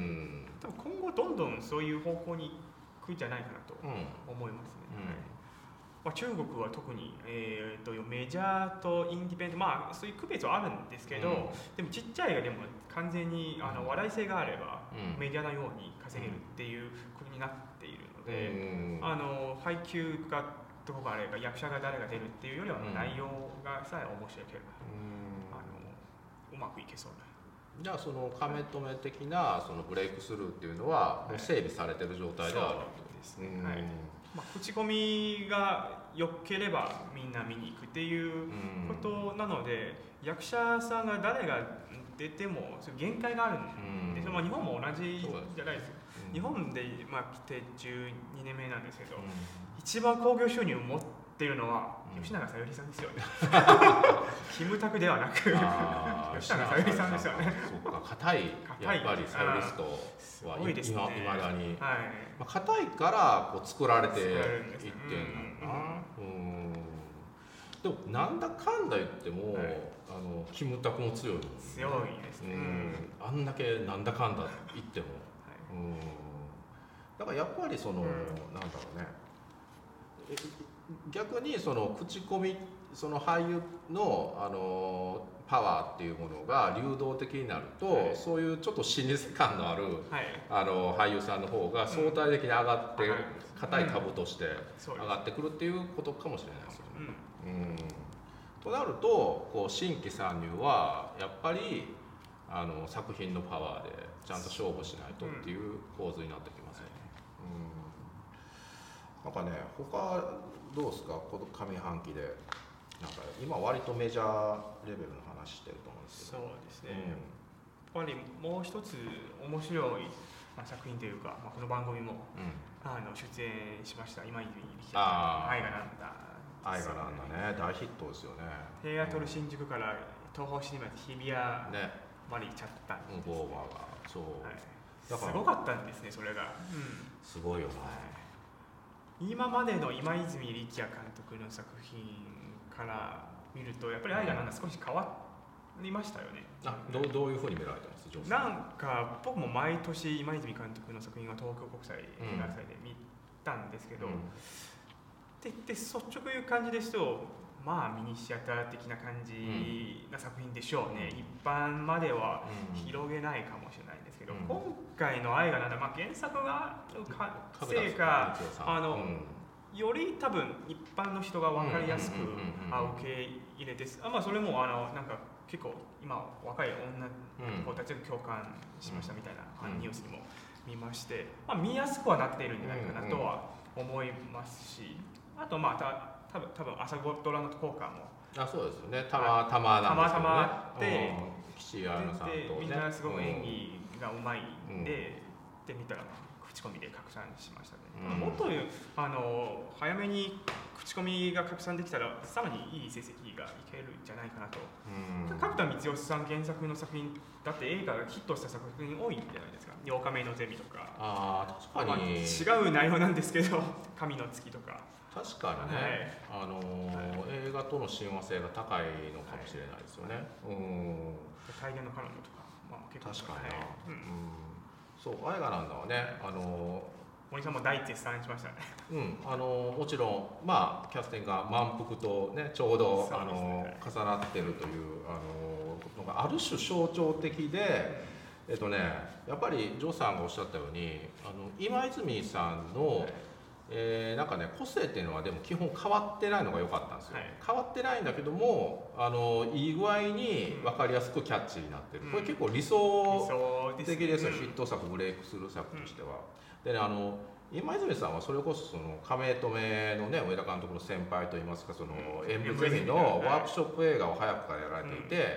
多分今後どんどんそういう方向に行くんじゃないかなと思いますね、うんうん、まあ、中国は特に、えー、とメジャーとインディペンデント、まあそういう区別はあるんですけど、うん、でもちっちゃいがでも完全にあの話題性があれば、うん、メディアのように稼げるっていう国になっているので、うん、あの配給がどこがあれば役者が誰が出るっていうよりは内容がさえ面白ければ、うん、あのうまくいけそうな。 じゃあそのカメ止め的なそのブレイクスルーっていうのはもう整備されてる状態であるわけですね。はい、 まあ、口コミが良ければみんな見に行くっていうことなので、役者さんが誰が出ても限界があるんで、まあ、日本も同じじゃないですよ。日本でまあ来てじゅうにねんめなんですけど、一番興行収入を持っているのは吉永小百合さんですよね。キムタクではなく吉永小百合さんですよね。 そうか、硬いやっぱりサイリストは今いまだに、はい、まあ硬いからこう作られていってんのかな。うん、でもなんだかんだ言っても、はい、あのキムタクも強いもんね。 強いですね。うん、 あんだけなんだかんだ言っても、はい、うん、だからやっぱりその、うん、なんだろうね。逆にその口コミその俳優のあのパワーっていうものが流動的になると、はい、そういうちょっと老舗感のある、はい、あの俳優さんの方が相対的に上がって硬、うん、い株として上がってくるっていうことかもしれないですよね。うんうん、となるとこう新規参入はやっぱりあの作品のパワーでちゃんと勝負しないとっていう構図になってきますよね。うん、なんかね他どうですかこの上半期でなんか今割とメジャーレベルの話してると思うんですけど。 そうですね、うん、やっぱりもう一つ面白い作品というか、まあ、この番組も、うん、あの出演しました今泉力也さん、愛がなんだ愛がなんだね、大ヒットですよね。 テアトル新宿から東宝シネマで日比谷まで行っちゃったんです、ね、 オーバーがそう、はい、 だからすごかったんですねそれが、うん、 すごいよね、はい、 今までの今泉力也監督の作品から見るとやっぱり愛がなんだ少し変わりましたよね。 あ ど, どういうふうに見られてます？ なんか僕も毎年今泉監督の作品は東京国際映画祭で見たんですけど、うん、って言って率直いう感じですとまあミニシアター的な感じな作品でしょうね、うん、一般までは広げないかもしれないんですけど、うん、今回の愛がなんだ、まあ、原作がせいかあの、うんより多分一般の人が分かりやすく受け入れて、あまあそれもあのなんか結構今若い女の子たちが共感しましたみたいなニュースにも見まして、まあ見やすくはなっているんじゃないかなとは思いますし、あとまあた多分多分朝ごドラの効果もあそうですよねたまたまなんですけどね。たまたまで岸谷さんとねみんなすごく演技がうまいんで、で見たら口コミで拡散しましたね。うん、もっとあの早めに口コミが拡散できたらさらにいい成績がいけるんじゃないかなと。うん、角田光代さん原作の作品だって映画がヒットした作品多いんじゃないですか。ようかめのゼミとか。 ああ確かに、 まあ、違う内容なんですけど神の月とか。 確かにね、はい、あのーはい、映画との親和性が高いのかもしれないですよね。はい、うん大変の彼女とか、まあ、結構確かにな、はい、うん、そう愛がなんだはね、あのー森さんも大絶賛しましたね。 うん、あのもちろんまあキャスティングが満腹とねちょうど、ね、あの重なってるというあののがある種象徴的で、えっとねやっぱりジョーさんがおっしゃったようにあの今泉さんの、はい、えー、なんかね個性っていうのはでも基本変わってないのが良かったんですよ。はい、変わってないんだけどもあのいい具合に分かりやすくキャッチーになってる。うん、これ結構理想的ですよ、うん、ヒット作ブレイクスルー作としては。うんでね、あの今泉さんはそれこそその亀止めのね上田監督の先輩といいますかその演舞ゼミのワークショップ映画を早くからやられていて、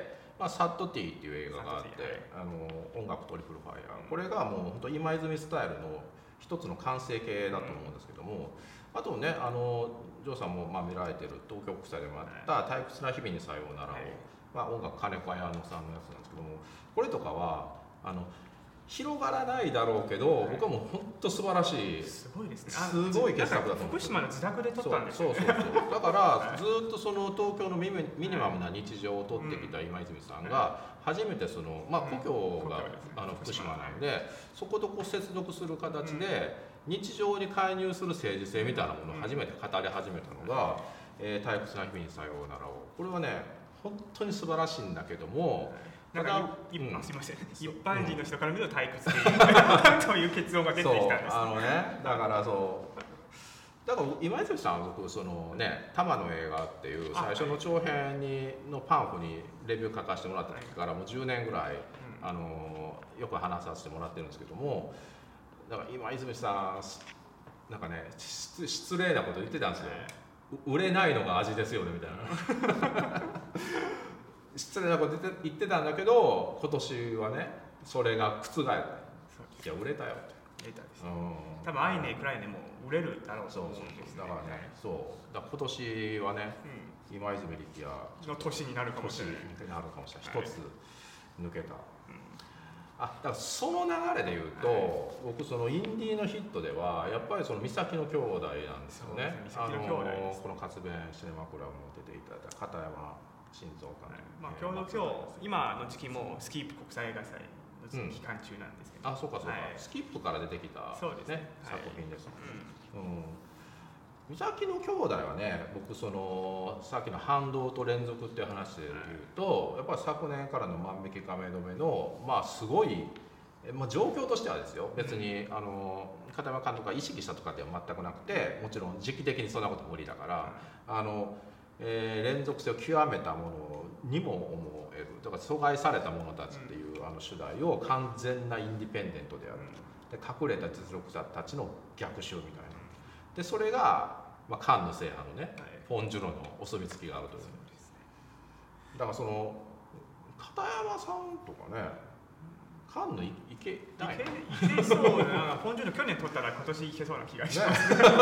まあ、サットティっていう映画があって、はい、あの音楽トリプルファイヤー、これがもう本当今泉スタイルの一つの完成形だと思うんですけども、うん、あとねあのジョーさんもまあ見られてる東京国際でもあった「退屈な日々にさようならを」はい、まあ、音楽金子綾乃さんのやつなんですけども、これとかはあの広がらないだろうけど、はい、僕はもう本当素晴らしい、 すごいですね、 すごい傑作だと思う。 福島の自宅で撮ったんですよね。 そうそうそうだからずっとその東京のミニマムな日常を撮ってきた今泉さんが初めてその、まあ、故郷があの福島なので、そことこう接続する形で日常に介入する政治性みたいなものを初めて語り始めたのが「えー、退屈な日々にさようならを」。これはね本当に素晴らしいんだけども、 なんかい、うん、あすいません、一般人の人から見ると退屈でいいという結論が出てきたんです。 あのね、だからそうだから今泉さんは僕そのね「玉の映画」っていう最初の長編にのパンフにレビュー書かせてもらった時からもうじゅうねんぐらい、うん、あのよく話させてもらってるんですけども、だから今泉さんなんかね失礼なこと言ってたんですよ。売れないのが味ですよねみたいな。失礼なこと言ってたんだけど、今年はねそれが覆る。いや売れたよって。 売れたです、ね、うん、多分アイネクライネも売れるだろうと思うんです、ね、 だからね、そうだから今年はね、うん、今泉力也の年になるかもしれない。 年になるかもしれない。一つ抜けた。はい、あだからその流れで言うと、はい、僕そのインディーのヒットではやっぱりその三崎の兄弟なんですよね。あのこの活弁シネマクラブも出ていただいた片山晋三監督、 まあ、今日の今日今の時期もスキップ国際映画祭の期間中なんですけど、 うん、あそうかそうか、はい、スキップから出てきた、 そうですね、 作品ですもんね。三崎の兄弟はね、僕そのさっきの反動と連続っていう話で言うと、やっぱり昨年からの万引き亀止めのまあすごい、まあ、状況としてはですよ、別にあの片山監督が意識したとかでは全くなくて、もちろん時期的にそんなこと無理だから、あのえー、連続性を極めたものにも思える、だから阻害された者たちっていう、うん、あの主題を完全なインディペンデントである、うん、で隠れた実力者たちの逆襲みたいな、でそれが、まあ、カンヌ制覇のね、はい、フォン・ジュノのお墨付きがあるという、だからその片山さんとかねカンヌいけないいけいけそうな、フォン・ジュノ去年取ったら今年いけそうな気がします、ね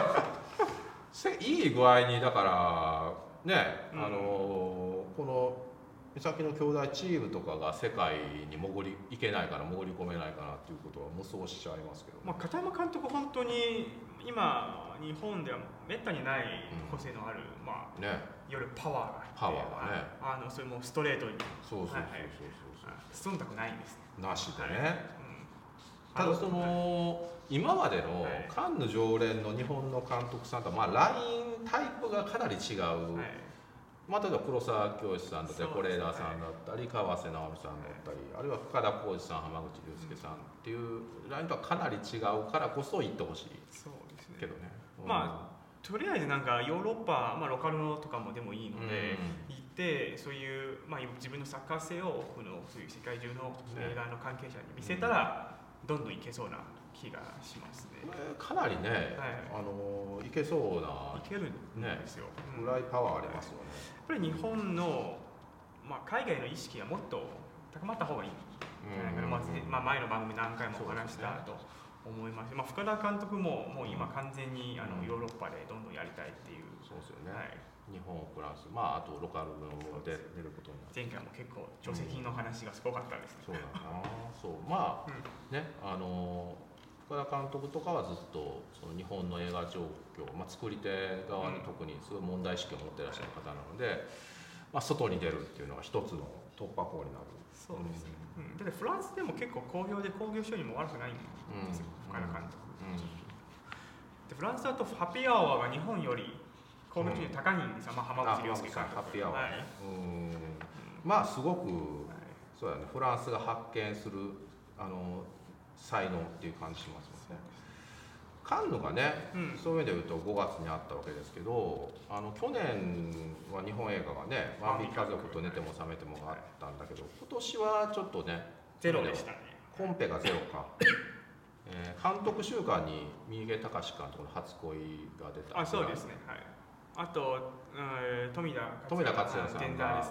いい具合にだからね、うん、あのこの三崎の兄弟チームとかが世界に潜りいけないから潜り込めないかなっていうことは無双しちゃいますけど、ね、 まあ、片山監督本当に今日本ではめったにない個性のある、うん、まあ、ね、いわゆるパワーがあって、 パワーがね、 あのそれもストレートにそうそうそうそうそう、はい、すんたくないんです、 ね、なしでね、はい、ただその今までのカンヌ常連の日本の監督さんとまあラインタイプがかなり違う、はい、まあ、例えば黒沢清さんだったり是枝さんだったり川瀬直美さんだったり、あるいは深田浩二さん浜口竜介さんっていうラインとはかなり違うからこそ行ってほしいけどね。 うん、まあとりあえずなんかヨーロッパ、まあ、ロカルのとかもでもいいので、うん、行ってそういう、まあ、自分のサッカー性をこのそういう世界中の映画の関係者に見せたら、どんどんいけそうな気がしますね。 かなりね、はい、あのいけそうな、 いけるんですよ、 ね、ぐらいパワーありますよね。 やっぱり日本の、まあ、海外の意識がもっと高まった方がいいんじゃないかな、まず、まあ、前の番組何回も話したと思います。まあ、深田監督ももう今完全にあのヨーロッパでどんどんやりたいっていう、 そうですよね、はい、日本プラス、まあ、あとロカルので出ることになる。 前回も結構助成金の話がすごかったですね。 そうだなそうまあ、うん、ね、あの深田監督とかはずっとその日本の映画状況、まあ、作り手側に特にすごい問題意識を持っていらっしゃる方なので、まあ、外に出るっていうのは一つの突破口になる。 そうですね、うん、だってフランスでも結構興行で興行収入も悪くないんですよ、深田監督、うんうん、でフランスだとハッピーアワーが日本より興行収入高いんですよ、まあ、浜口竜介監督。 ハッピーアワー、はい、うん、まあすごく、はい、そうだね、フランスが発見するあの才能っていう感じしますもんね。カンヌがね、うん、そういう意味で言うとごがつにあったわけですけど、あの去年は日本映画がね「万引き家族と寝ても覚めても」があったんだけど、今年はちょっとねゼロでしたね。 コンペがゼロか、えー、監督週間に三池崇史監督の初恋が出た。 あ、そうですね、はい、あと、うん、富田富田克也さんがですね、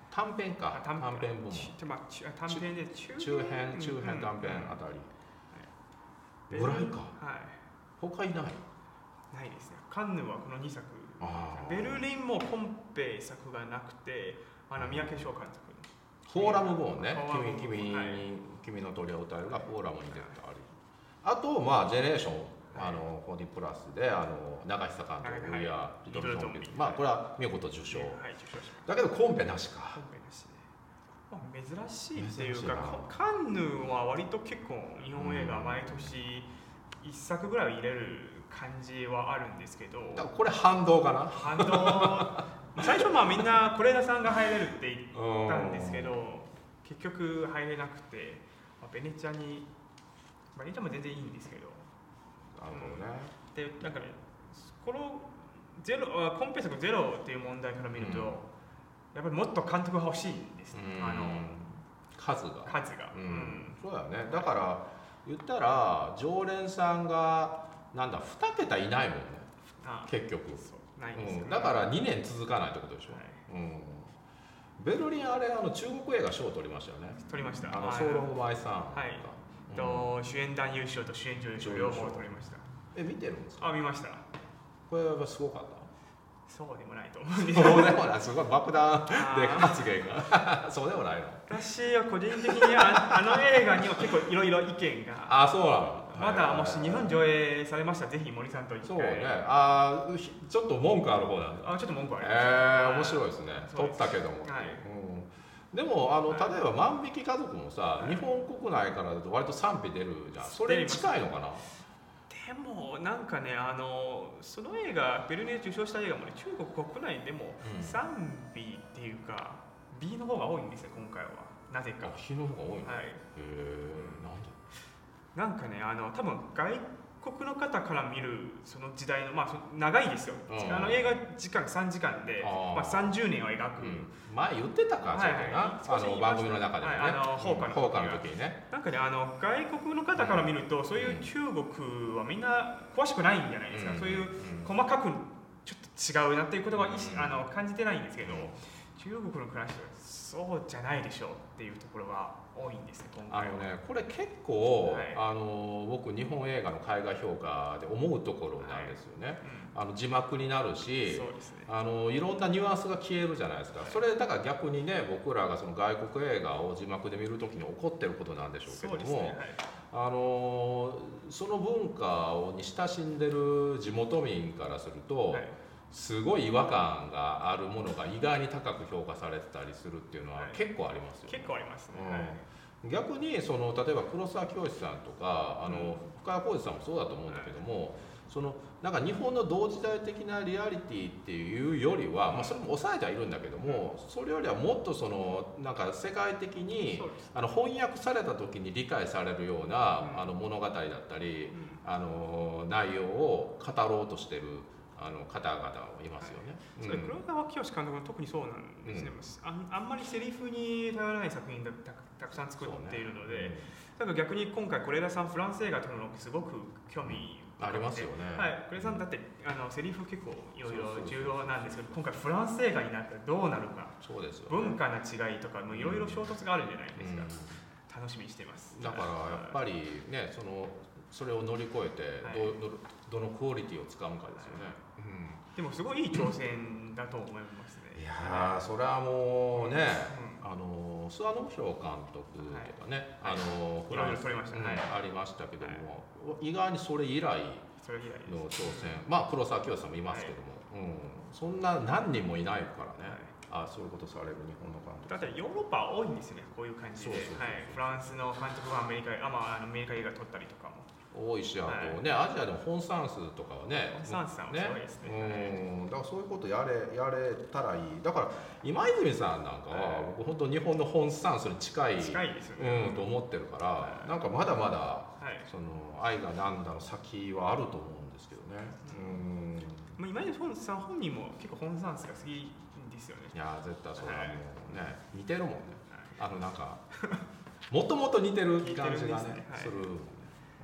短編か短編部門短編で中編中編短編あたり、うん、ぐらいか、はい、他いないないですね。カンヌはこのにさく、ベルリンもコンペ作がなくて、あの三宅翔監督フォーラム部門ね、君君、はい、君の鳥を歌えるがフォーラムに出たり、あとまあジェネレーション、あのフォーティープラスであの長久監督、はい、やリトルゾンビ、まあこれは見事受賞、はい、受賞しました。だけどコンペなしか。 コンペなしね。まあ、珍しいっていうか、カンヌは割と結構日本映画毎年一作ぐらい入れる感じはあるんですけど、 だからこれ反動かな。 反動。最初まあみんな是枝さんが入れるって言ったんですけど、結局入れなくて、まあ、ベネチアに、ベネチアも全然いいんですけど。 なるほどね。 でなんかね、このゼロコンペ作ゼロっていう問題から見ると、うん、やっぱりもっと監督が欲しいんですね。あの数が数が、 うんうん、そうだね。だから言ったら常連さんがなんだに桁いないもんね。結局そうないんですよね、うん、だからにねん続かないってことでしょ、はい、うん、ベルリンあれあの中国映画賞を取りましたよね。 取りました。 あのソーロン・マイさん、 はい、うん、と主演男優賞と主演女優賞両方取りました。 え、見てるんですか。 あ、見ました。 これはすごかった。 そうでもないと思うんですけど。そうでもない、すごい爆弾で発言がそうでもないの。 私は個人的に あ, あの映画には結構いろいろ意見があ、そうなの。 まだもし日本上映されましたらぜひ森さんと一回。 そうね。あ、ちょっと文句ある方なんだ。 あ、ちょっと文句あります。えー、面白いですね。撮ったけども。はい、うん、でもあの例えば万引き家族もさ、はい、日本国内からだと割と賛否出るじゃん。それに近いのかな。 でもなんかね、あのその映画ベルリンで受賞した映画もね、中国国内でも賛否っていうか、うん、B の方が多いんですよ今回は。なぜか。 あ、B の方が多いの。はい。へえ、なんで。なんかね、あの多分外国の方から見るその時代の、まあ長いですよ、うん、あの映画時間さんじかんで、あ、まあ、さんじゅうねんを描く、うん、 前言ってたか、はいはい、あの番組の中でもね、はい、 あの放課の放課の時にね、 なんかね、あの外国の方から見ると、そういう中国はみんな詳しくないんじゃないですか、うん、そういう細かくちょっと違うなっていうことは、うん、あの感じてないんですけど、中国の暮らしはそうじゃないでしょうっていうところが多いんですね、今回は。 あのね、これ結構、はい、あの僕日本映画の海外評価で思うところなんですよね、はい、うん、あの字幕になるし、そうですね、あのいろんなニュアンスが消えるじゃないですか、はい、それだから逆にね、僕らがその外国映画を字幕で見るときに起こってることなんでしょうけども、ね、はい、あのその文化に親しんでる地元民からすると、はい、すごい違和感があるものが意外に高く評価されてたりするっていうのは結構ありますよね。 結構ありますね、 うん、逆にその例えば黒沢清さんとかあの、うん、深谷浩二さんもそうだと思うんだけども、はい、そのなんか日本の同時代的なリアリティっていうよりは、まあ、それも抑えてはいるんだけども、それよりはもっとそのなんか世界的にあの翻訳された時に理解されるような、うん、あの物語だったり、うん、あの内容を語ろうとしてるあの方々はいますよね。 はい、うん、黒沢清監督は特にそうなんですね、うん、あ, あんまりセリフに頼らない作品が た, たくさん作っているので、ね、うん、だから逆に今回是枝さんフランス映画というのすごく興味ありますよね。 はい、是枝さんだってあのセリフ結構いろいろ重要なんですけど、今回フランス映画になったらどうなるか、 そうですよ、ね、 文化の違いとかもいろいろ衝突があるんじゃないですか、うん、楽しみにしています。 だからやっぱりね、そのそれを乗り越えて ど,、はい、ど, どのクオリティをつかむかですよね。はい、 うん、でもすごいいい挑戦だと思いますね。 いやー、それはもうね、うん、あの諏訪信弘監督とかね、はい、あのいろいろ撮りました、 うん、 はい、 ありましたけども、はい、意外にそれ以来の挑戦、まあ黒沢清さんもいますけども、はい、うん、そんな何人もいないからね、はい、あそういうことされる日本の監督。 だってヨーロッパ多いんですよね、こういう感じで。フランスの監督がアメリカ、あ、まあ、アメリカ映画撮ったりとかも多いし、あとね、はい、アジアでも本山数とかはね、 本山数さんもすごいですね。 うん、だからそういうことやれやれたらいい。だから今泉さんなんかは、はい、僕本当日本の本山数に近い、 近いですよね、 うん、と思ってるから、はい、なんかまだまだ、はい、その愛がなんだの先はあると思うんですけどね。うん。 まあ今泉さん本人も結構本山数が好きですよね。 いや絶対それはもうね、はい、似てるもんね。はい、あのなんかもともと似てる感じがね、ね、はい、する。うん、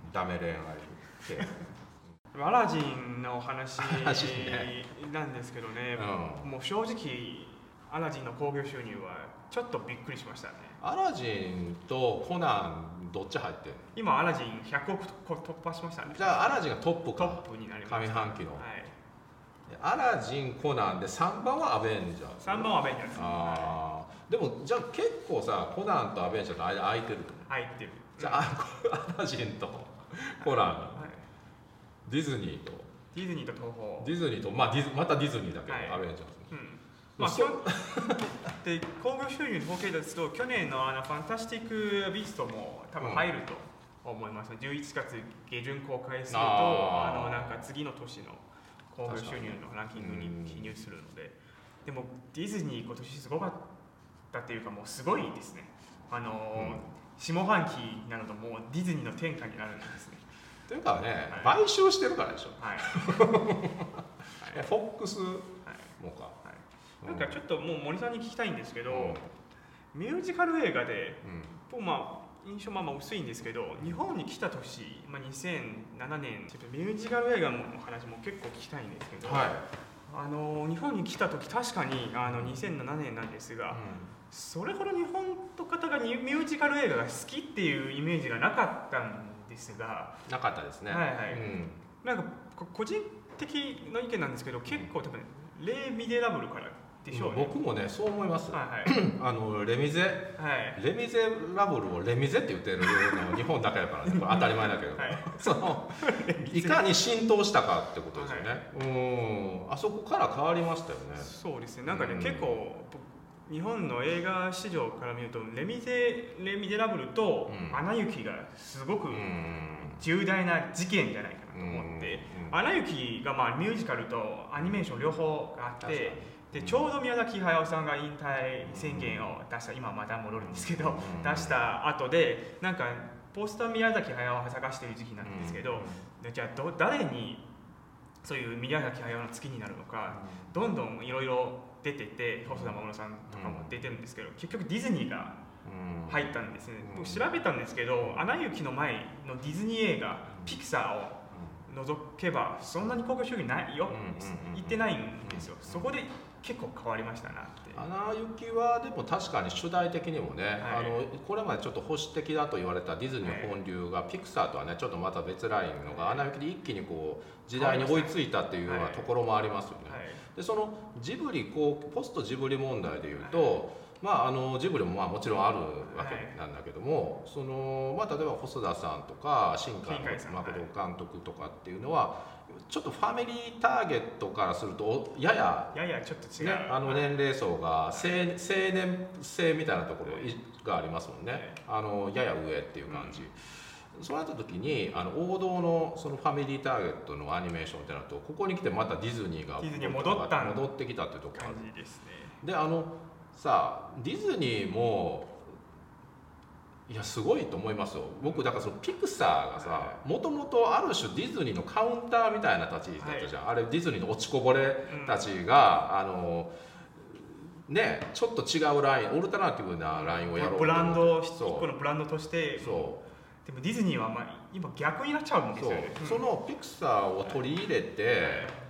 ダメ恋愛ってアラジンの話なんですけどね、うん、もう正直アラジンの興行収入はちょっとびっくりしましたね。 アラジンとコナンどっち入ってるの？ 今アラジンひゃくおく突破しましたね。 じゃあアラジンがトップか。 トップになりました。 上半期の、 はい、 アラジン、コナンでさんばんはアベンジャーズ。 さんばんはアベンジャーズ。 ああ、でもじゃあ結構さ、コナンとアベンジャーズの間空いてると。 空いてる。 じゃあアラジンとコナン、はい、ディズニーとディズニーと東宝、 ディズニーと、まあ、ディズまたディズニーだけど、はい、アベンジャーズ、 うん、まあ基本で興行収入の統計ですと去年のあのファンタスティック・ビーストも多分入ると思います、うん、じゅういちがつ下旬公開するとあのなんか次の年の興行収入のランキングに記入するので、でもディズニー今年すごかったっていうかもうすごいですね。あの、うん、下半期になるともうディズニーの天下になるんですね。 というかね、はい、買収してるからでしょ。 はい、 フォックスもか、 はい、なんかちょっともう森さんに聞きたいんですけど、うん、ミュージカル映画で、うん、まあ印象まあまあ薄いんですけど、日本に来た年、まあ、にせんななねんちょっとミュージカル映画の話も結構聞きたいんですけど、はい、あの日本に来た時確かにあのにせんななねんなんですが、うん、それほど日本の方がミュージカル映画が好きっていうイメージがなかったんですが、 なかったですね。 はいはい。うん、なんか個人的な意見なんですけど、結構多分レ・ミゼラブルからでしょうね。 僕もねそう思います。 はいはい、 あのレミゼ、はい、レミゼラブルをレミゼって言ってるの日本だけだからね。これ当たり前だけど、はい、そのいかに浸透したかってことですよね。はい、うん、あそこから変わりましたよね。 そうですね。なんかね、うん、結構日本の映画市場から見るとレミゼレミゼラブルとアナ雪がすごく重大な事件じゃないかなと思って、うん、アナ雪がまあミュージカルとアニメーション両方があって、でちょうど宮崎駿さんが引退宣言を出した、今また戻るんですけど、出した後でなんかポスター宮崎駿を探している時期なんですけど、でじゃあど誰にそういう宮崎駿の月になるのか、どんどんいろいろ出てて、細田守さんとかも出てるんですけど、結局ディズニーが入ったんですね。僕調べたんですけど、アナ雪の前のディズニー映画、ピクサーを除けばそんなに興行収入ないよ、言ってないんですよ。そこで結構変わりましたなって。 アナ雪はでも確かに主題的にもね、はい、あのこれまでちょっと保守的だと言われたディズニー本流がピクサーとはねちょっとまた別ラインのが、アナ雪で一気にこう時代に追いついたっていうようなところもありますよね。はいはい、でそのジブリこうポストジブリ問題でいうと、はい、まあ、あのジブリもまあもちろんあるわけなんだけども、はい、そのまあ、例えば細田さんとか新海誠監督とかっていうのはちょっとファミリーターゲットからするとややややちょっと違う、 ね、あの年齢層が青年性みたいなところがありますもんね、はい、あのやや上っていう感じ、うん、そうなった時にあの王道のそのファミリーターゲットのアニメーションってなると、ここに来てまたディズニーがディズニー戻った戻ってきたっていうところがある感じですね。 であのさあディズニーもいやすごいと思いますよ。僕だからそのピクサーがさ、もともとある種ディズニーのカウンターみたいな立ち位置だったじゃん、はい、あれディズニーの落ちこぼれたちが、うん、あのねちょっと違うライン、オルタナティブなラインをやろうと、 ブランド一個のブランドとして、そうでもディズニーはまあ今逆になっちゃうんですよね。 そう、うん、そのピクサーを取り入れて、はい、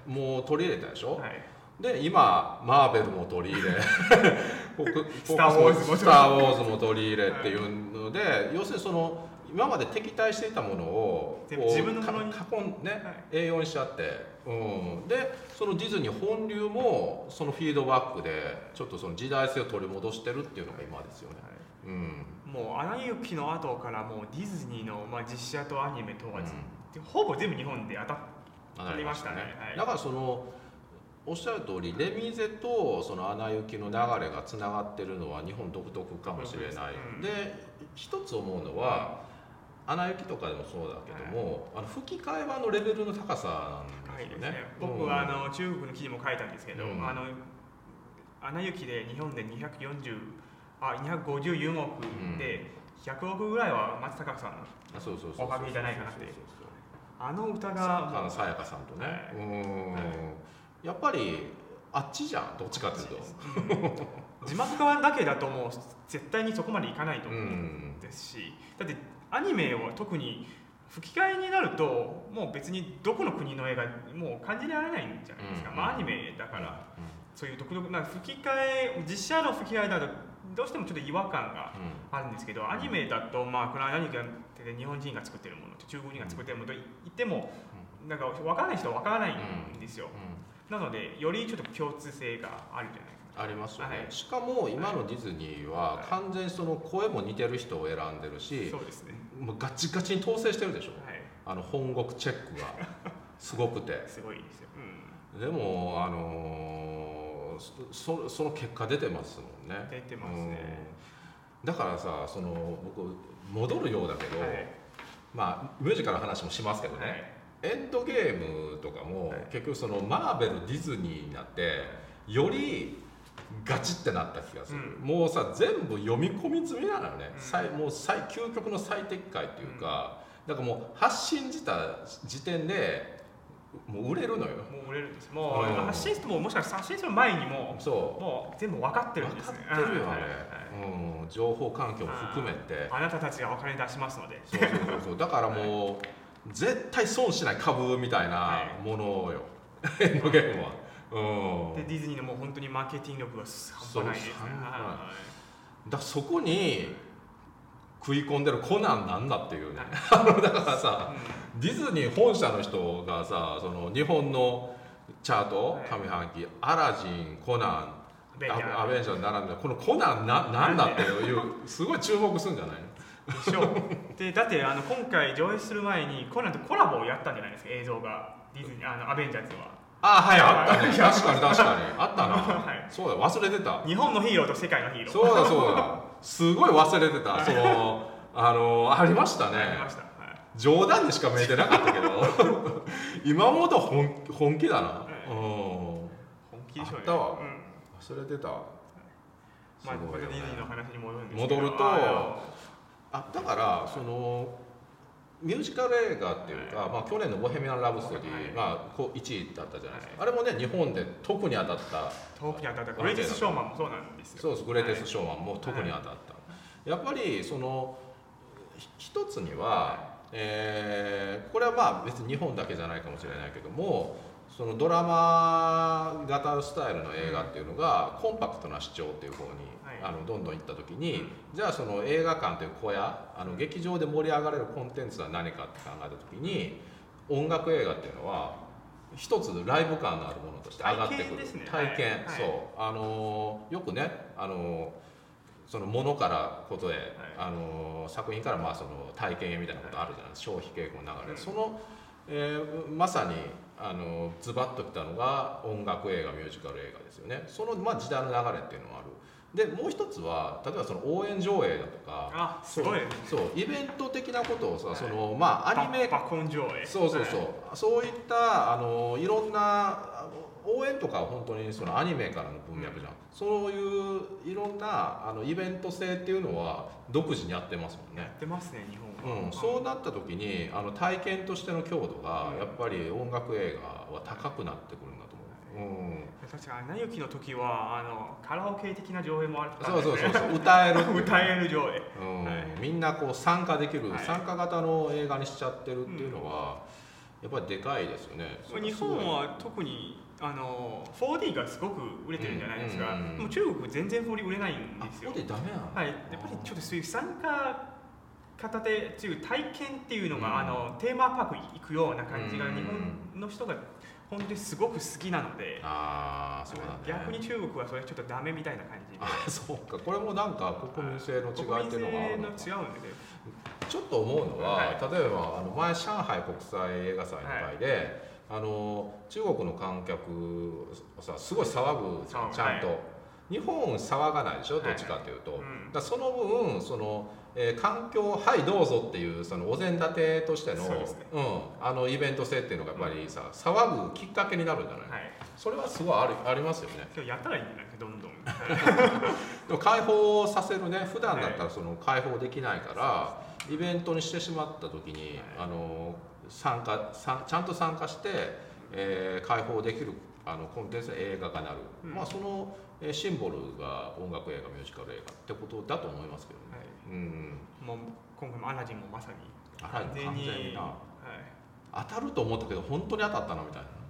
もう取り入れたでしょ、はい、で今マーベルも取り入れスター・ウォーズもスター・ウォーズも取り入れっていうので、はい、要するにその今まで敵対していたものを自分のものに囲ん、ね、はい、エーよん にしちゃって、うん、でそのディズニー本流もそのフィードバックでちょっとその時代性を取り戻してるっていうのが今ですよね。はい、うん、 もうアナ雪の後からもうディズニーの、まあ、実写とアニメ問わず、うん、ほぼ全部日本で当たってましたね。はい、 だからそのおっしゃる通りレミゼとそのアナ雪の流れがつながってるのは日本独特かもしれない、うん、で一つ思うのは、うん、アナ雪とかでもそうだけども、はい、あの吹き替え版のレベルの高さなんですよね。 僕はあの中国の記事も書いたんですけど、うん、あのアナ雪で日本でにひゃくよんじゅうあにひゃくごじゅうよんおくでひゃくおくぐらいは松坂さんのおかげじゃないかなって。あの歌が坂野さやかさんとね、はい、うん、はい、やっぱりあっちじゃん、どっちかっていうと、 うん、字幕側だけだともう絶対にそこまでいかないと思うんですし、うん、だってアニメを特に吹き替えになるともう別にどこの国の映画もう感じられないんじゃないですか、うん、まあアニメだから、 そういう独特な吹き替え、実写の吹き替えだとどうしてもちょっと違和感があるんですけど、うん、アニメだと、まあ、この何か日本人が作ってるものと中国人が作ってるものと言っても、うん、なんか分からない人は分からないんですよ、うんうん、なのでよりちょっと共通性があるんじゃないかな。 ありますよね、はい、しかも今のディズニーは完全にその声も似てる人を選んでるし、はい、そうですね、もうガチガチに統制してるでしょ、はい、あの本国チェックがすごくてすごいですよ、 うん、でもあのー、そ, その結果出てますもんね。 出てますね、 うん、だからさ、その僕戻るようだけど、はい、まあミュージカルの話もしますけどね、はい、エンドゲームとかも、はい、結局そのマーベルディズニーになってよりガチってなった気がする、うん、もうさ全部読み込み済みなのよね、うん、最もう最究極の最適解っていうか、うん、だからもう発信した時点でもう売れるのよ。 もう売れるんです。もう、うん、発信してももしかしたら発信する前にもそうもう全部分かってるんですね。 分かってるよね、はいはい、うん、情報環境も含めてあ, あなたたちがお金出しますので、 そうそうそうそう、だからもう、はい、絶対損しない株みたいなものよ、エンドゲームは。うん、 でディズニーのもう本当にマーケティング力が半端ないですね。 はい、だそこに食い込んでるコナンなんだっていうね、はい、だからさ、うん、ディズニー本社の人がさ、その日本のチャート、はい、上半期アラジン、コナン、アベンジャーに並んでこのコナンななんだっていうすごい注目するんじゃないの？ でしょう。でだってあの今回上映する前にコナンとコラボをやったんじゃないですか、映像がディズニーあのアベンジャーズは。 ああはい、あったね、確かに確かにあったな、はい、そうだ忘れてた。 日本のヒーローと世界のヒーロー、 そうだそうだすごい忘れてた。そのあのありましたね、 ありました、はい、 冗談でしか見えてなかったけど今思うと 本, 本気だな、はい、うん、 本気でしょうね。 あったわ、うん、忘れてた、はい、 まあここでディズニーの話に戻るんですけど、戻るとあだからそのミュージカル映画っていうか、はい、まあ、去年の「ボヘミアン・ラブストディ」はい、まあ、こういちいだったじゃないですか、はい、あれもね日本で特に当たった特に当たったグレイテスト・ショーマンもそうなんですよ。 そうですグレイテスト・ショーマンも特に当たった、はい、やっぱりその一つには、はい、えー、これはまあ別に日本だけじゃないかもしれないけども、そのドラマ型スタイルの映画っていうのがコンパクトな視聴っていう方に、はい、あのどんどん行った時に、うん、じゃあその映画館という小屋、あの劇場で盛り上がれるコンテンツは何かって考えた時に、音楽映画っていうのは一つライブ感のあるものとして上がってくる。 体験ですね。 体験、 はい、 そう、あのよくね、あのそのものからことへ、はい、あの作品からまあその体験へみたいなことあるじゃないですか、消費傾向の流れ、うん、その、えー、まさにあのズバッときたのが音楽映画、ミュージカル映画ですよね。その、まあ、時代の流れっていうのもある。でもう一つは例えばその応援上映だとか、 あすごい、ね、 そうイベント的なことをさ、はい、そのまあアニメバコン上映、 そうそうそう、はい、そういったあのいろんな応援とかは本当にそのアニメからの文脈じゃん、うん、そういういろんなあのイベント性っていうのは独自にやってますもんね。 やってますね日本は、 うん、そうなった時にあの体験としての強度がやっぱり音楽映画は高くなってくるんだと思う。うん、 確かに「アナ雪」の時はあのカラオケ的な上映もあったんですね。そうそうそうそう歌える歌える上映、 うん、はい、みんなこう参加できる、はい、参加型の映画にしちゃってるっていうのは、うん、やっぱりでかいですよね。 日本は特にあの フォーディー がすごく売れてるんじゃないですか、うんうんうん、もう中国全然 フォーディー 売れないんですよ。 フォーディー ダメなの、 はい、やっぱりちょっとそういう参加片手っていう体験っていうのが、うん、あのテーマパーク行くような感じが日本の人が本当にすごく好きなので、 あそうだ、ね、 逆に中国はそれちょっとダメみたいな感じで。 あそうか、これもなんか国民性の違いっていうのがあるのか。 国民性の違うんで、ね、 ちょっと思うのは、はい、例えばあの前上海国際映画祭の会で、はい、あの中国の観客さすごい騒ぐじゃん、ちゃんと、はい、日本騒がないでしょ、どっちかというと、はいはい、うん、だその分そのえー、環境はいどうぞっていうそのお膳立てとしての、ね、うん、あのイベント性っていうのがやっぱりさ、うん、騒ぐきっかけになるんじゃない、はい、それはすごいあるありますよね。 今日やったらいいんじゃないかどんどんでも開放させるね、普段だったらその開放できないから、はい、イベントにしてしまった時に、はい、あの参加さちゃんと参加して、えー、開放できるあのコンテンツの映画がなる、うん、まあそのシンボルが音楽映画、ミュージカル映画ってことだと思いますけどね。はい、うん、 もう今回もアラジンもまさに完全に、はい、当たると思ったけど本当に当たったなみたいな。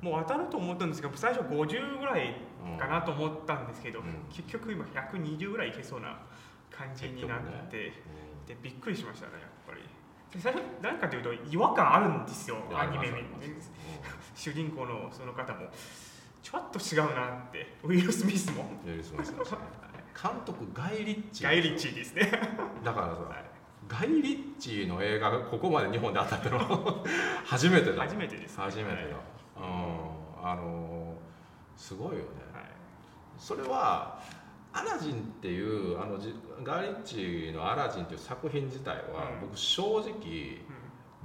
もう当たると思ったんですけど最初ごじゅうぐらいかなと思ったんですけど、うん、結局今ひゃくにじゅうぐらいいけそうな感じになって、ねうん、でびっくりしましたねやっぱり。最初何かというと違和感あるんですよアニメに、うん、主人公のその方もちょっと違うなってウィル・スミスもウィル・スミスも監督ガイ・リッチーガイ・リッチーですねだからさ、はい、ガイ・リッチーの映画がここまで日本で当たったの初めてだ初めてです、ね、 初めてだ、はい、うんあのすごいよね、はい、それはアラジンっていうあのガイ・リッチーのアラジンっていう作品自体は、うん、僕正直、うん、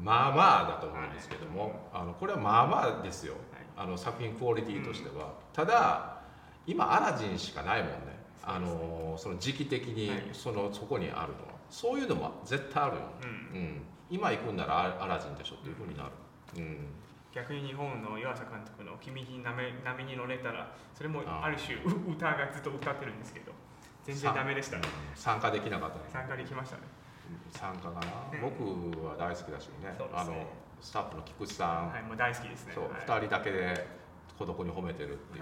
まあまあだと思うんですけども、はい、あのこれはまあまあですよ、はい、あの作品クオリティとしては、うん、ただ今アラジンしかないもんね、あのその時期的にその、はい、そこにあるのはそういうのも絶対あるよ、うんうん、今行くんならアラジンでしょっていうふうになる、うん、 逆に日本の湯浅監督の「君に波に乗れたら」それもある種歌がずっと歌ってるんですけど全然ダメでしたね。 参加できなかったね。 参加できましたね。 参加かな、うん、僕は大好きだしね、ねあのスタッフの菊池さん、 はい、もう大好きですね。 そう、はい、ふたりだけで孤独に褒めてるっていう、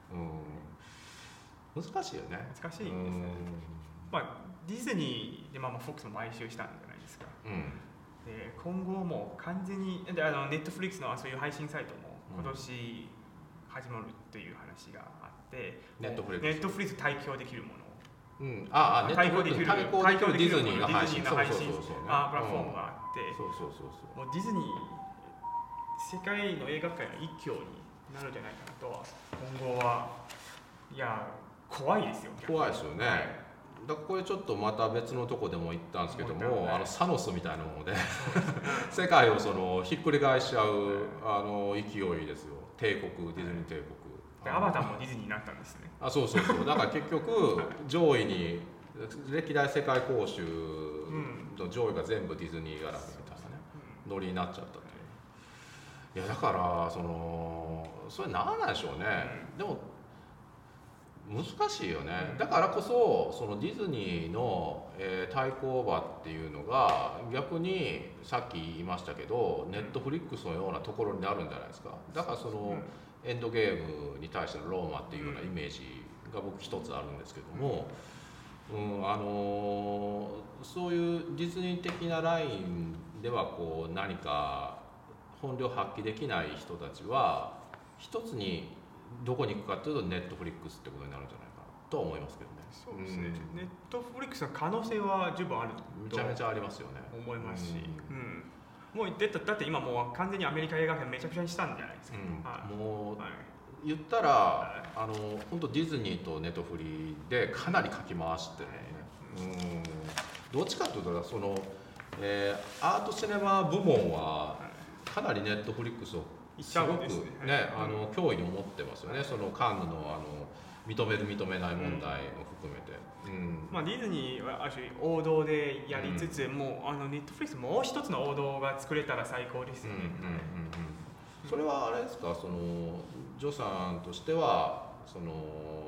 うん、難しいよね。 難しいですね。まあディズニーでまあフォックスも買収したんじゃないですか、うん、で今後もう完全にであのネットフリックスのそういう配信サイトも今年始まるっていう話があって、うん、ネットフリックス対抗できるもの、 うん、ああ対抗できる対抗できるディズニーの配信プラットフォームがあって、 そうそうそうそう、 もうディズニー世界の映画界の一強になるんじゃないかなとは今後はいや怖いですよ。 怖いですよね。はい、だからこれちょっとまた別のとこでも言ったんですけども、ね、あのサノスみたいなもので世界をそのひっくり返しちゃうあの勢いですよ。帝国ディズニー帝国。 でアバターもディズニーになったんですね。 あ、そうそうそう。だから結局上位に歴代世界公衆の上位が全部ディズニー絡みみたいなね、うん、ノリになっちゃったっていう。いやだからそのそれなんなんでしょうね。うん、でも。難しいよね。だからこそそのディズニーの、えー、対抗馬っていうのが逆にさっき言いましたけどネットフリックスのようなところになるんじゃないですか。だからそのエンドゲームに対してのローマっていうようなイメージが僕一つあるんですけども、うん、あのー、そういうディズニー的なラインではこう何か本領発揮できない人たちは一つにどこに行くかというとネットフリックスってことになるんじゃないかなと思いますけどね。 そうですね、うん、ネットフリックスの可能性は十分あるとめちゃめちゃありますよね。 思いますし、うん、うん、もうだって今もう完全にアメリカ映画圏めちゃくちゃにしたんじゃないですか、うんはい、 もう、はい、言ったら、はい、あの本当ディズニーとネットフリでかなりかき回してるよね、はい、うんどっちかというとその、えー、アートシネマ部門はかなりネットフリックスをすごくね、ねあの脅威に思ってますよね、そのカンヌのあの認める認めない問題も含めて、 うんまあ、ディズニーはある種王道でやりつつ、うん、もうあのネットフリックスもう一つの王道が作れたら最高ですよね。 それはあれですか、そのジョさんとしてはその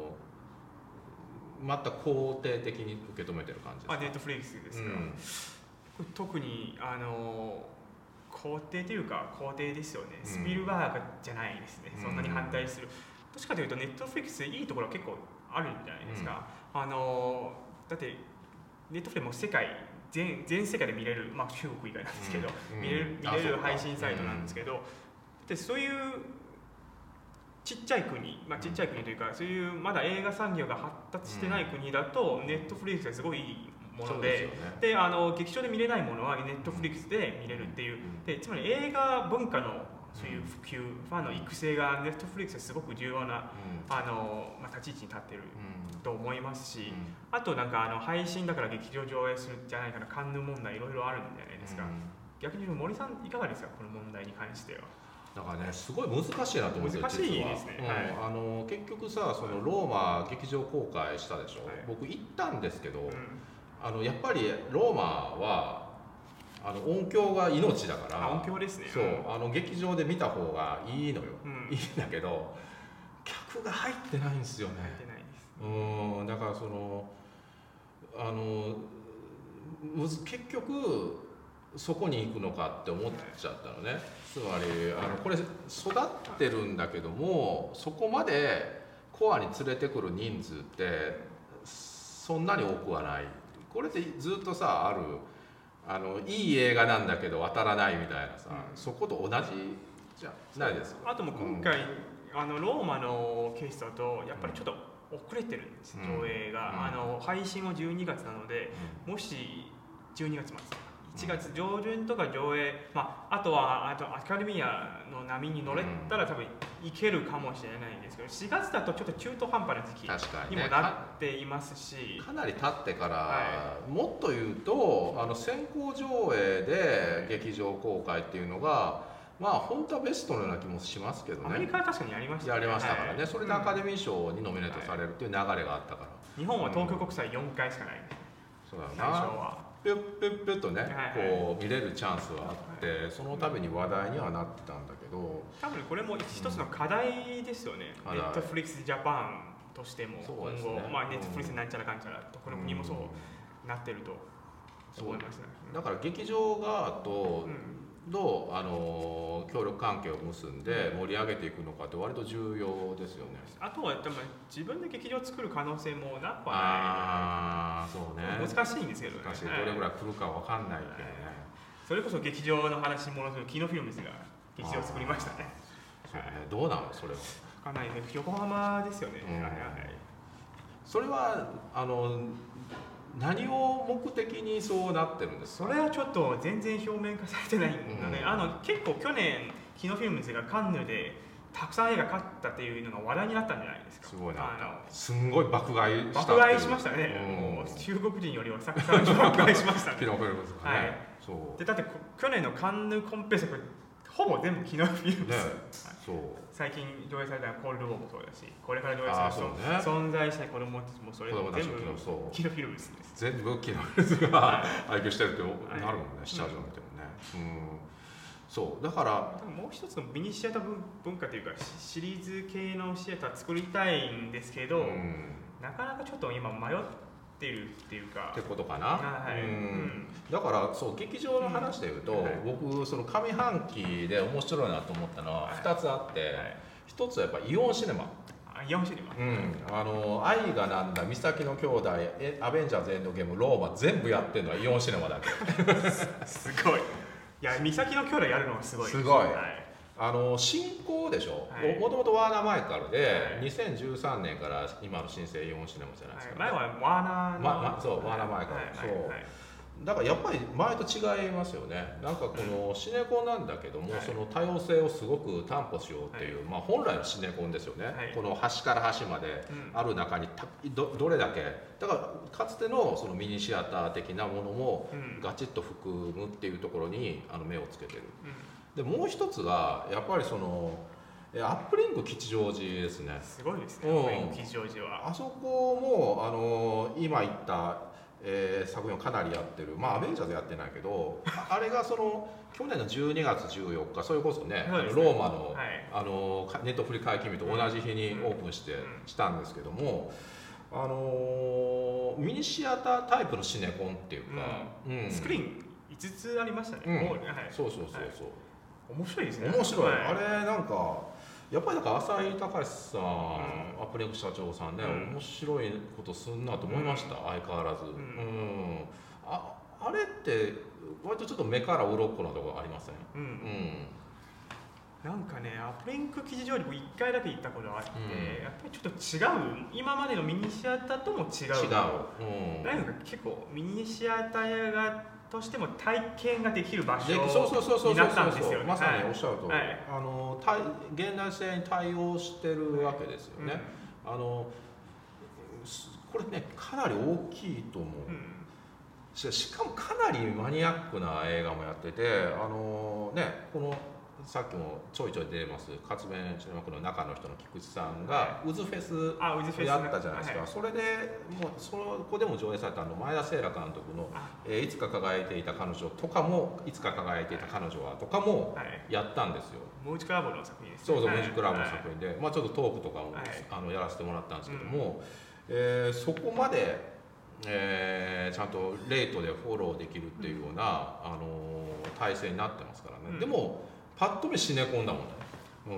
また肯定的に受け止めてる感じですか。 あ、ネットフリックスですか、うん、特にあの肯定というか肯定ですよね。スピルバーグじゃないですね、うん、そんなに反対する。どっちかというとネットフリックスいいところは結構あるんじゃないですか、うん、あのだってネットフリックスも世界 全, 全世界で見れる、まあ、中国以外なんですけど、うん、見れる、見れる配信サイトなんですけど、うん、でそういうちっちゃい国、まあ、ちっちゃい国というか、うん、そういうまだ映画産業が発達してない国だと、ネットフリックスがすごいいいもの で, で、ね、であの劇場で見れないものはネットフリックスで見れるっていう、うん、でつまり映画文化のそういう普及、ファンの育成がネットフリックスですごく重要な、うん、あのまあ、立ち位置に立ってると思いますし、うん、あとなんかあの配信だから劇場上映するんじゃないかな、カンヌ問題いろいろあるんじゃないですか、うん、逆に森さんいかがですか、この問題に関しては。 だからね、すごい難しいなと思って、 難しいですね、 うんはい、あの結局さ、そのローマ劇場公開したでしょ、はい、僕行ったんですけど、うん、あのやっぱりローマはあの音響が命だから、 音響ですね、 そうあの劇場で見た方がいいのよ、うん、いいんだけど客が入ってないんですよね。 入ってないです、 うんだからそのあの結局そこに行くのかって思っちゃったのね。つまりあのこれ育ってるんだけども、そこまでコアに連れてくる人数ってそんなに多くはない。これってずっとさあるあのいい映画なんだけど当たらないみたいなさ、うん、そこと同じじゃないですか。 あとも今回、うん、あのローマのケースだとやっぱりちょっと遅れてるんです、うん、上映が、うん、あの配信はじゅうにがつなので、うん、もしじゅうにがつ末いちがつ上旬とか上映、まあ、あとはあとアカデミアの波に乗れたら多分いけるかもしれないんですけど、しがつだとちょっと中途半端な時期にもなっていますし、 ね、か, かなり経ってから、はい、もっと言うとあの先行上映で劇場公開っていうのがまあ本当はベストのような気もしますけどね。 アメリカは確かにやりましたね。 やりましたからね、はい、それでアカデミー賞にノミネートされるっていう流れがあったから、 日本は東京国際よんかいしかない、ね、うん、そうだな、最初はピュッピュッピュッとね、はいはい、こう見れるチャンスはあって、はい、その度に話題にはなってたんだけど、 多分これも一つの課題ですよね、ネットフリックスジャパンとしても今後、ね、まあ、ネットフリックスなんちゃらかんちゃらとこの国もそうなってると思いますね。 だから劇場側とどうあの協力関係を結んで盛り上げていくのかって割と重要ですよね。 あとは多分自分で劇場を作る可能性もなくはない。 ああ、そうね。 難しいんですけどね。 難しい。どれぐらい来るかわかんないけどね。 それこそ劇場の話ものすごいキノフィルムズが劇場を作りましたね。 そうね。どうなのそれは。 わかんないね。横浜ですよね。 うん、はい。それはあの。何を目的にそうなってるんですか？ それはちょっと全然表面化されてないので、うん、あの結構去年キノフィルムズがカンヌでたくさん映画買ったっていうのが話題になったんじゃないですか。 すごいな。すんごい爆買いした。 爆買いしましたね。うん、もう中国人よりはたくさん爆買いしましたね。 キノフィルムズがね。はい。 そう。でだって去年のカンヌコンペ作ほぼ全部キノフィルムズ。ね、そう。最近上映されたコールドウォーもそうだし、これから上映される、ね、存在しない子供たちもそれ全部キノフィルムズです。 全部キノフィルムズが愛嬌してるってなるもんね、視聴者見てもね。うん、そうだからもう一つのミニシアター文化というかシリーズ系のシアター作りたいんですけど、うん、なかなかちょっと今迷っているっていうか。 ってことかな。はい、うん、だからそう劇場の話でいうと、うん、はい、僕その上半期で面白いなと思ったのはふたつあって、はいはい、ひとつはやっぱイオンシネマ。 イオンシネマ。 うん、あの愛がなんだ、岬の兄弟、アベンジャーズエンドゲーム、ローマ全部やってるのはイオンシネマだけ。 すごい。いや、岬の兄弟やるのがすごい。 すごい。はい、あの新興でしょ。もともとワーナーマイカルで、はい、にせんじゅうさんねんから今の新生イオンシネマじゃないですか、ね。 はい、前はワーナーの、 まま、そう、ワーナーマイカル。はい、そう。はい、だからやっぱり前と違いますよね。なんかこのシネコンなんだけども、はい、その多様性をすごく担保しようっていう、はい、まあ本来のシネコンですよね。はい、この端から端まである中にた ど, どれだけだからかつてのそのミニシアター的なものもガチッと含むっていうところにあの目をつけてる。うん、でもう一つがやっぱりそのアップリンク吉祥寺ですね。 すごいですね。アップリンク吉祥寺は。 あそこもあの今言ったえー、作品をかなりやってる、まあアベンジャーズやってないけどあれがその去年のじゅうにがつじゅうよっか、それこそね、ねローマの、はい、あのネットフリ解禁日と同じ日にオープンして、うん、したんですけども、あのー、ミニシアタータイプのシネコンっていうか、 うんうん、スクリーンいつつありましたね。うん、 はい、そうそうそうそう、はい、 面白いですね。 面白い、はい、あれなんかやっぱりだから浅井隆さん、うん、アップリンク社長さんね、うん、面白いことすんなと思いました、うん、相変わらず、うんうん、あ, あれって割とちょっと目から鱗なところありません？うん、うん、 なんかね、アップリンク記事上にいっかいだけ行ったことがあって、うん、やっぱりちょっと違う、今までのミニシアターとも違う。違う、うん、なんか結構ミニシアターがとしても体験ができる場所になったんですよね。 まさにおっしゃるとおり、はい、あの現代性に対応してるわけですよね。うん、あのこれねかなり大きいと思う。うん、し, しかもかなりマニアックな映画もやってて、あのねこのさっきもちょいちょい出ます活弁シネマクの中の人の菊池さんがウズフェスやったじゃないですか。それでもうそこでも上映されたの前田聖羅監督の「えー、いつか輝いていた彼女」とかも「いつか輝いていた彼女は」とかもやったんですよ。 モージクラブの作品ですね。 そうそう、モージクラブの作品で、まあちょっとトークとかもあのやらせてもらったんですけども、えー、そこまでえー、ちゃんとレートでフォローできるっていうような、うん、あの体制になってますからね、うん、でもパッと見シネコンだもんね。うん、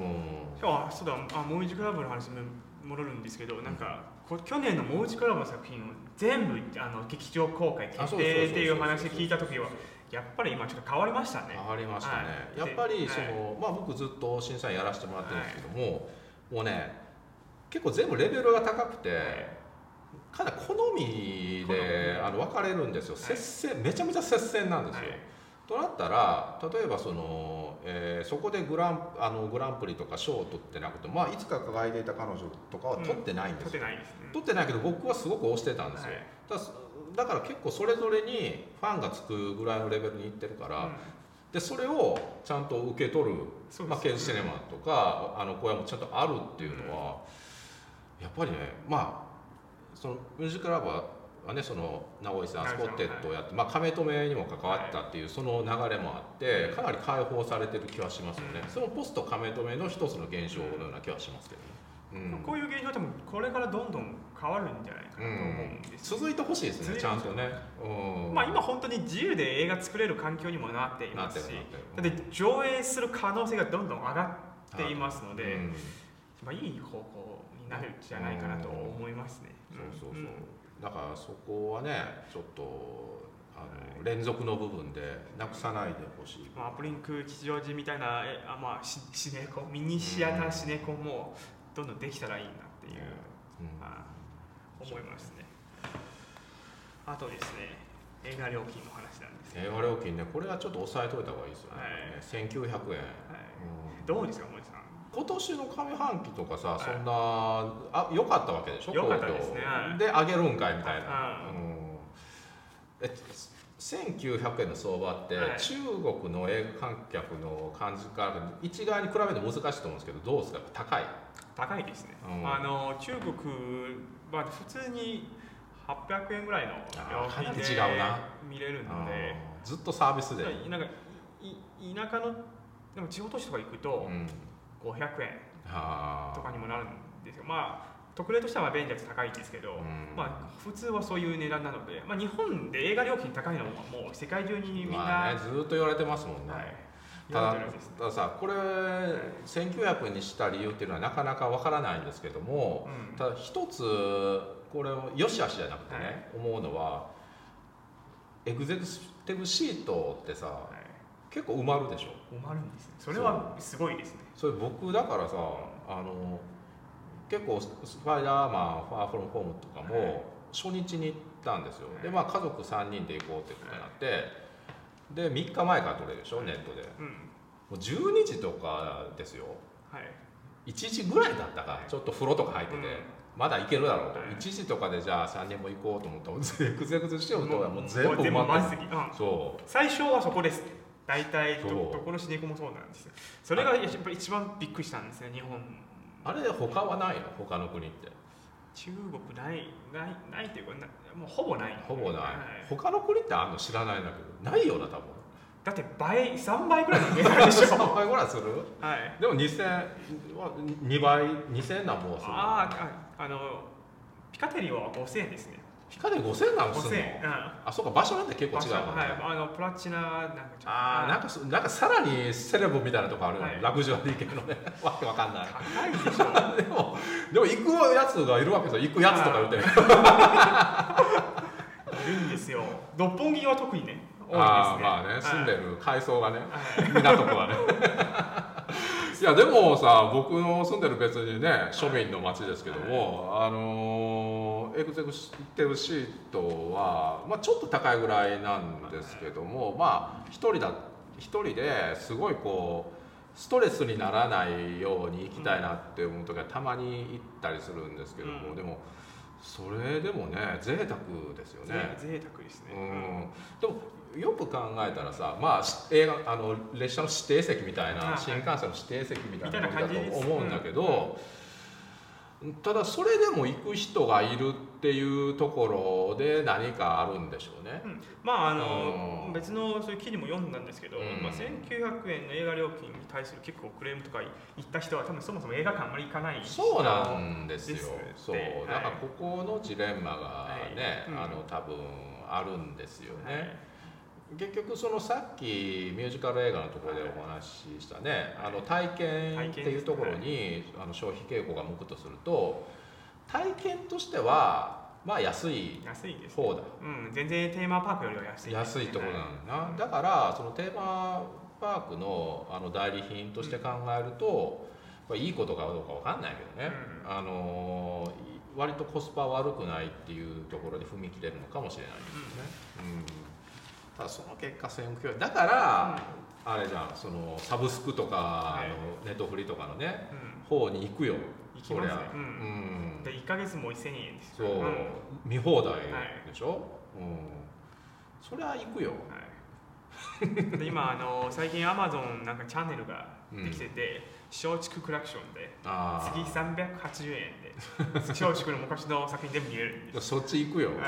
あそうだあモーイジクラブの話に戻るんですけど、なんか去年のモーイジクラブの作品を全部あの劇場公開決定っていう話聞いた時はやっぱり今ちょっと変わりましたね。 変わりましたね、はい、やっぱりその、はい、まあ、僕ずっと審査員やらせてもらってるんですけども、はい、もうね結構全部レベルが高くて、はい、かなり好みであの分かれるんですよ、はい、接戦めちゃめちゃ接戦なんですよ、はい、となったら例えばその、えー、そこでグラン、あのグランプリとか賞を取ってなくて、まあ、いつか輝いていた彼女とかは取ってないんですよ、うん、取ってないですね、取ってないけど僕はすごく推してたんですよ、はい、だからだから結構それぞれにファンがつくぐらいのレベルにいってるから、うん、でそれをちゃんと受け取る、まあ、ケーズシネマとか、うん、あの声もちゃんとあるっていうのは、うん、やっぱりね、まあそのミュージックラブはね、その直井さんスポッテッドをやって、はい、まあ、亀止めにも関わったっていうその流れもあって、はい、かなり解放されてる気はしますよね、うん、そのポスト亀止めの一つの現象のような気はしますけどね。うん、 こういう現象多分これからどんどん変わるんじゃないかなと思うんです、 うん、続いてほしいですね、ちゃんとね、 うん、まあ、今本当に自由で映画作れる環境にもなっていますし、だって上映する可能性がどんどん上がっていますので、うん、まあ、いい方向になるんじゃないかなと思いますね、 うん、そうそうそう、うん、だからそこはねちょっとあの連続の部分でなくさないでほしい、 まあ、アップリンク吉祥寺みたいなえあ、まあ、シ, シネコンミニシアターシネコンもどんどんできたらいいなっていう、うん、まあ、思いますね。あとですね、映画料金の話なんですけど、 映画料金ね、これはちょっと抑えといた方がいいですよね、はい、せんきゅうひゃくえん、はい、 うん、どうですか森さん、 今年の上半期とかさ、はい、そんなあ良かったわけでしょ、 良かったですね、 はい、で上げるんかいみたいな、うん、えせんきゅうひゃくえんの相場って、はい、中国の映画観客の感じから一概に比べると難しいと思うんですけど、どうですか、高い高いですね、うん、あの中国は普通にはっぴゃくえんぐらいの料金で見れるので、 ずっとサービスでなんかい田舎のでも地方都市とか行くとごひゃくえんとかにもなるんですよ。まあ特例としてはベンジャーズ高いんですけど、うん、まあ普通はそういう値段なので、まあ、日本で映画料金高いのはもう世界中にみんな、 まあね、ずっと言われてますもんね、はい、ただ、たださこれせんきゅうひゃくえんにした理由っていうのはなかなかわからないんですけども、うん、ただ一つこれをよしあしじゃなくてね、はい、思うのはエグゼクティブシートってさ、はい、結構埋まるでしょ。 埋まるんですね。それはすごいですね。 それ僕だからさ、あの結構スパイダーマンファーフロムホームとかも初日に行ったんですよ、はい、でまあ家族さんにんで行こうってことになって、はい、でみっかまえから撮れるでしょ、はい、ネットで、うん、もうじゅうにじとかですよ、はい、いちじぐらいだったか、はい、ちょっと風呂とか入ってて、うん、まだ行けるだろうと、はい、いちじとかでじゃあさんにんも行こうと思ったらゼクゼクしようともう全部埋まってる、うん、そう最初はそこです。大体どこのシネコもそうなんですよ。それがやっぱり一番びっくりしたんですね、日本。 あれ他はないの？他の国って。 中国ないないないっていうかもうほぼない。 ほぼない。はい、他の国ってあんの知らないんだけど、ないよな多分。 だって倍さんばいぐらいの値段でしょ。 さんばいぐらいする？はい。でもにせんはにばいにせんなんぼする。 あああのピカテリーはごせんえんですね。 ピカテリーごせんえんなんするの？ ごせんえん。うん、 あ、そうか場所なんて結構違う、ね。 はい。あのプラチナなんかちょっと。 ああなんかなんかさらにセレブみたいなとこあるよね。はい、ラグジュアリー系のね。わけわかんない。 高いでしょ。 でもでも行くやつがいるわけですよ。行くやつとか言ってる。 いるんですよ。六本木は特にね。多いですね。 あまあね、住んでる階層がね、港区はね。いやでもさ、僕の住んでる別にね庶民の町ですけども、はい、あのエグゼクティブシートは、まあ、ちょっと高いぐらいなんですけども、はい、まあ一人だ一人ですごいこうストレスにならないように行きたいなって思う時はたまに行ったりするんですけども、うん、でもそれでもね贅沢ですよね。 贅沢ですね。 うん、でもよく考えたらさ、まあ映画あの列車の指定席みたいな、新幹線の指定席みたいな感じだと思うんだけど、 ただそれでも行く人がいるっていうところで何かあるんでしょうね、 うん、まああの、うん、別のそういう記事も読んだんですけど、うんまあ、せんきゅうひゃくえんの映画料金に対する結構クレームとか言った人は多分そもそも映画館あんまり行かないそうなんですよそうだからここのジレンマがね、はい、あの多分あるんですよね、はい結局そのさっきミュージカル映画のところでお話ししたね、はい、あの体験っていうところに、はい、あの消費傾向が向くとすると体験としてはまあ安い方だ、 うん、全然テーマパークよりは安い、 ね、安いところなんだな、はい、だからそのテーマパーク の, あの代理品として考えると、うん、いいことかどうか分かんないけどね、うん、あの割とコスパ悪くないっていうところで踏み切れるのかもしれないですね、うんうんただその結果せんきゅうひゃくえんだから、うん、あれじゃんそのサブスクとか、はい、のネットフリとかのね、うん、方に行くよ行きますね、うんうん、でいっかげつもせんえんですよそう、うん、見放題でしょ、はいうん、そりゃ行くよ、 はい、で今あの最近アマゾンなんかチャンネルができてて、うん、松竹クラクションで月さんびゃくはちじゅうえんで松竹の昔の作品全部見れるんですそっち行くよ、はい、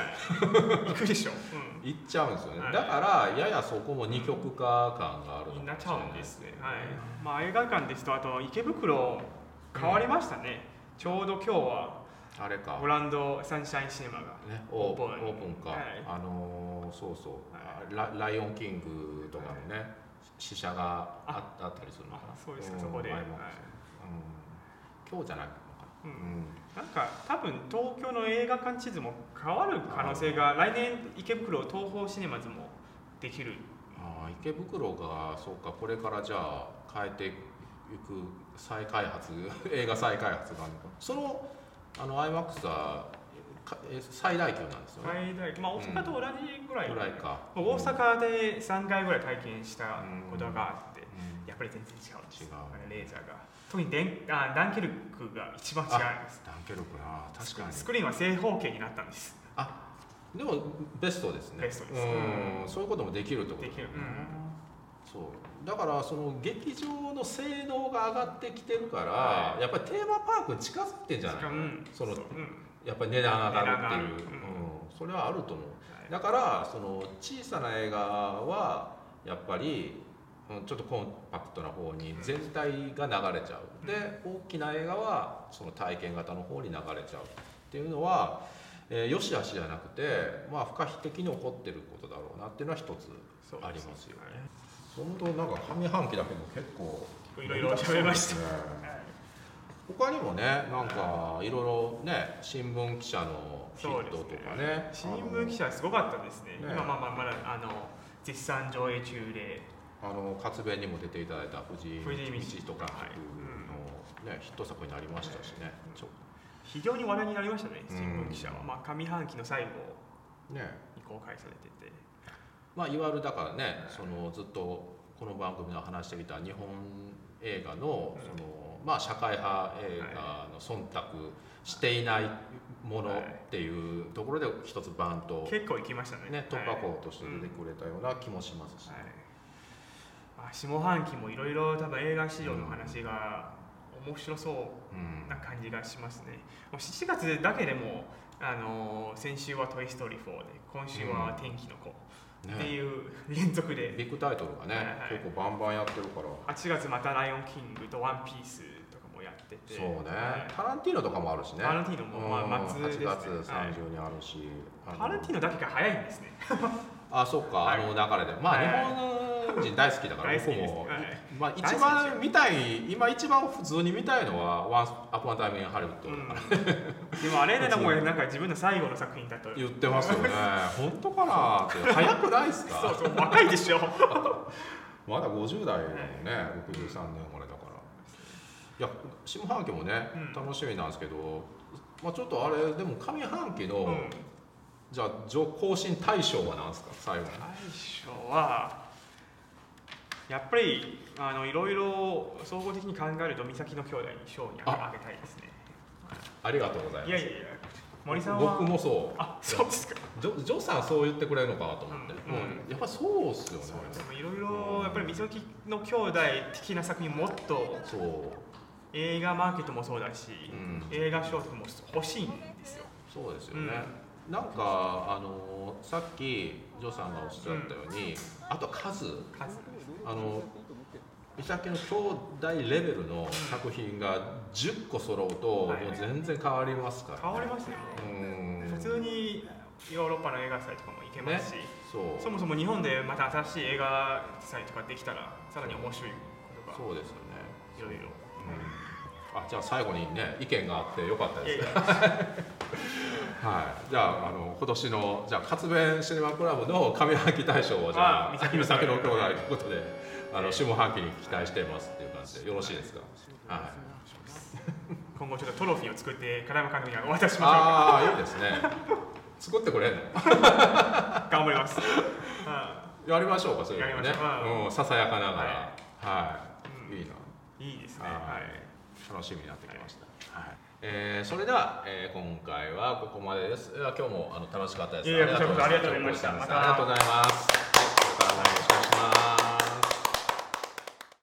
行くでしょ、 うん、行っちゃうんですよね、はい、だからややそこも二極化感があるのになっちゃうんですね、はいまあ、映画館ですとあと池袋変わりましたね、うん、ちょうど今日はあれかグランドサンシャインシネマがオープン、ね、 オープンか、はい、あのー、そうそう、はい、ラ, ライオンキングとかのね、はい試写が あ, あったりするのかなそうですか、うん、そこで、はいうん、 今日じゃないのかな、うん、 なんか多分東京の映画館地図も変わる可能性が来年池袋東宝シネマズもできるあ池袋がそうかこれからじゃあ変えていく再開発映画再開発があるのかそのあの アイマックス は最大級なんですよね。 最大まあ大阪と同じぐらい、 うん、ぐらいか。 大阪でさんかいぐらい体験したことがあって、うん、やっぱり全然違うんです。違う、レーザーが。特にデンあダンケルクが一番違うんです。 ダンケルクな確かに。 スクリーンは正方形になったんです。 あ、でもベストですね。 ベストです。 うん、そういうこともできるってこと。 できる。うん、 そうだからその劇場の性能が上がってきてるから、はい、やっぱりテーマパークに近づいてんじゃないかな。うん、そのそう、うんやっぱり値段上がるっていう、うんうん、それはあると思う、はい、だからその小さな映画はやっぱりちょっとコンパクトな方に全体が流れちゃう、うん、で大きな映画はその体験型の方に流れちゃうっていうのは、えー、よしあしじゃなくて、まあ、不可避的に起こってることだろうなっていうのは一つありますよね。本当なんか上半期だけど結構いろいろ喋りましたね。 他にもねなんかいろいろね新聞記者のヒットとか ね, ね新聞記者すごかったですね。ね今まあまあまだあの絶賛上映中であの活弁にも出ていただいた藤井道人監督の、ね、ヒット作になりましたしね、 うん、非常に話題になりましたね新聞記者は、うんまあ、上半期の最後に公開されてて、ねまあ、いわゆるだからねそのずっとこの番組で話してきた日本映画 の, その、うんまあ、社会派映画の忖度していないものっていうところで一つバンと結構いきました ね, ね突破口として出てくれたような気もしますし、ねはいまあ、下半期もいろいろ多分映画市場の話が面白そうな感じがしますね、うん、しちがつだけでもあの先週は「トイ・ストーリーフォー」で今週は「天気の子」っていう連続で、 ね、ビッグタイトルがね、はいはい、結構バンバンやってるからはちがつまた「ライオンキング」と「ワンピース」とかもやっててそうね、はい、タランティーノとかもあるしねタランティーノもまあ末ですねはちがつさんじゅうにあるし、 はい、タランティーノだけが早いんですねあそうか、はい、あの流れでまあ、はい、日本人大好きだから僕も、はいまあ、一番見たい今一番普通に見たいのは「ワンアップワンタイムインハリウッド」うん、 でもあれねでもなんか自分の最後の作品だと言ってますよね本当かなって早くないですかそうそう若いでしょまだごじゅう代のね、ろくじゅうさんねん生まれだからいや下半期もね、うん、楽しみなんですけど、まあ、ちょっとあれでも上半期の、うん、じゃあ更新大賞は何ですか最後に大賞はやっぱりあのいろいろ総合的に考えると三崎の兄弟に賞にあげたいですねあ, ありがとうございますいやいやいや森さんは僕もそうあそうですかジ ョ, ジョさんそう言ってくれるのかなと思って、うんうん、やっぱそうっすよねいろいろやっぱり三崎の兄弟的な作品もっとそう映画マーケットもそうだし、うん、映画賞とかも欲しいんですよ。 そうですよね、うん、なんかあのさっきジョーさんがおっしゃったように、うん、あと数数あの美咲の兄弟レベルの作品がじゅっこ揃うともう全然変わりますから、ね、 変わりますよ、うん、普通にヨーロッパの映画祭とかも行けますし、ね、そうそもそも日本でまた新しい映画祭とかできたらさらに面白いことがそうですよねいろいろ、 うん、あじゃあ最後にね意見があってよかったですねはい、じゃあ、あの今年のじゃあ活弁シネマクラブの上半期大賞をじゃあ美咲の兄弟ということであの下半期に期待していますっていう感じでよろしいですか。はい、 今後ちょっとトロフィーを作って片山監督にお渡ししましょうか。 ああいいですね。作ってくれんの？ 頑張ります。 やりましょうかそれね。 やりましょう。 うん、ささやかながら、はい、はい、いいな。 いいですね。はい。 楽しみになってきました。はい。えー、それでは、えー、今回はここまでです。今日もあの楽しかったです。 ありがとうございました。 ありがとうございます。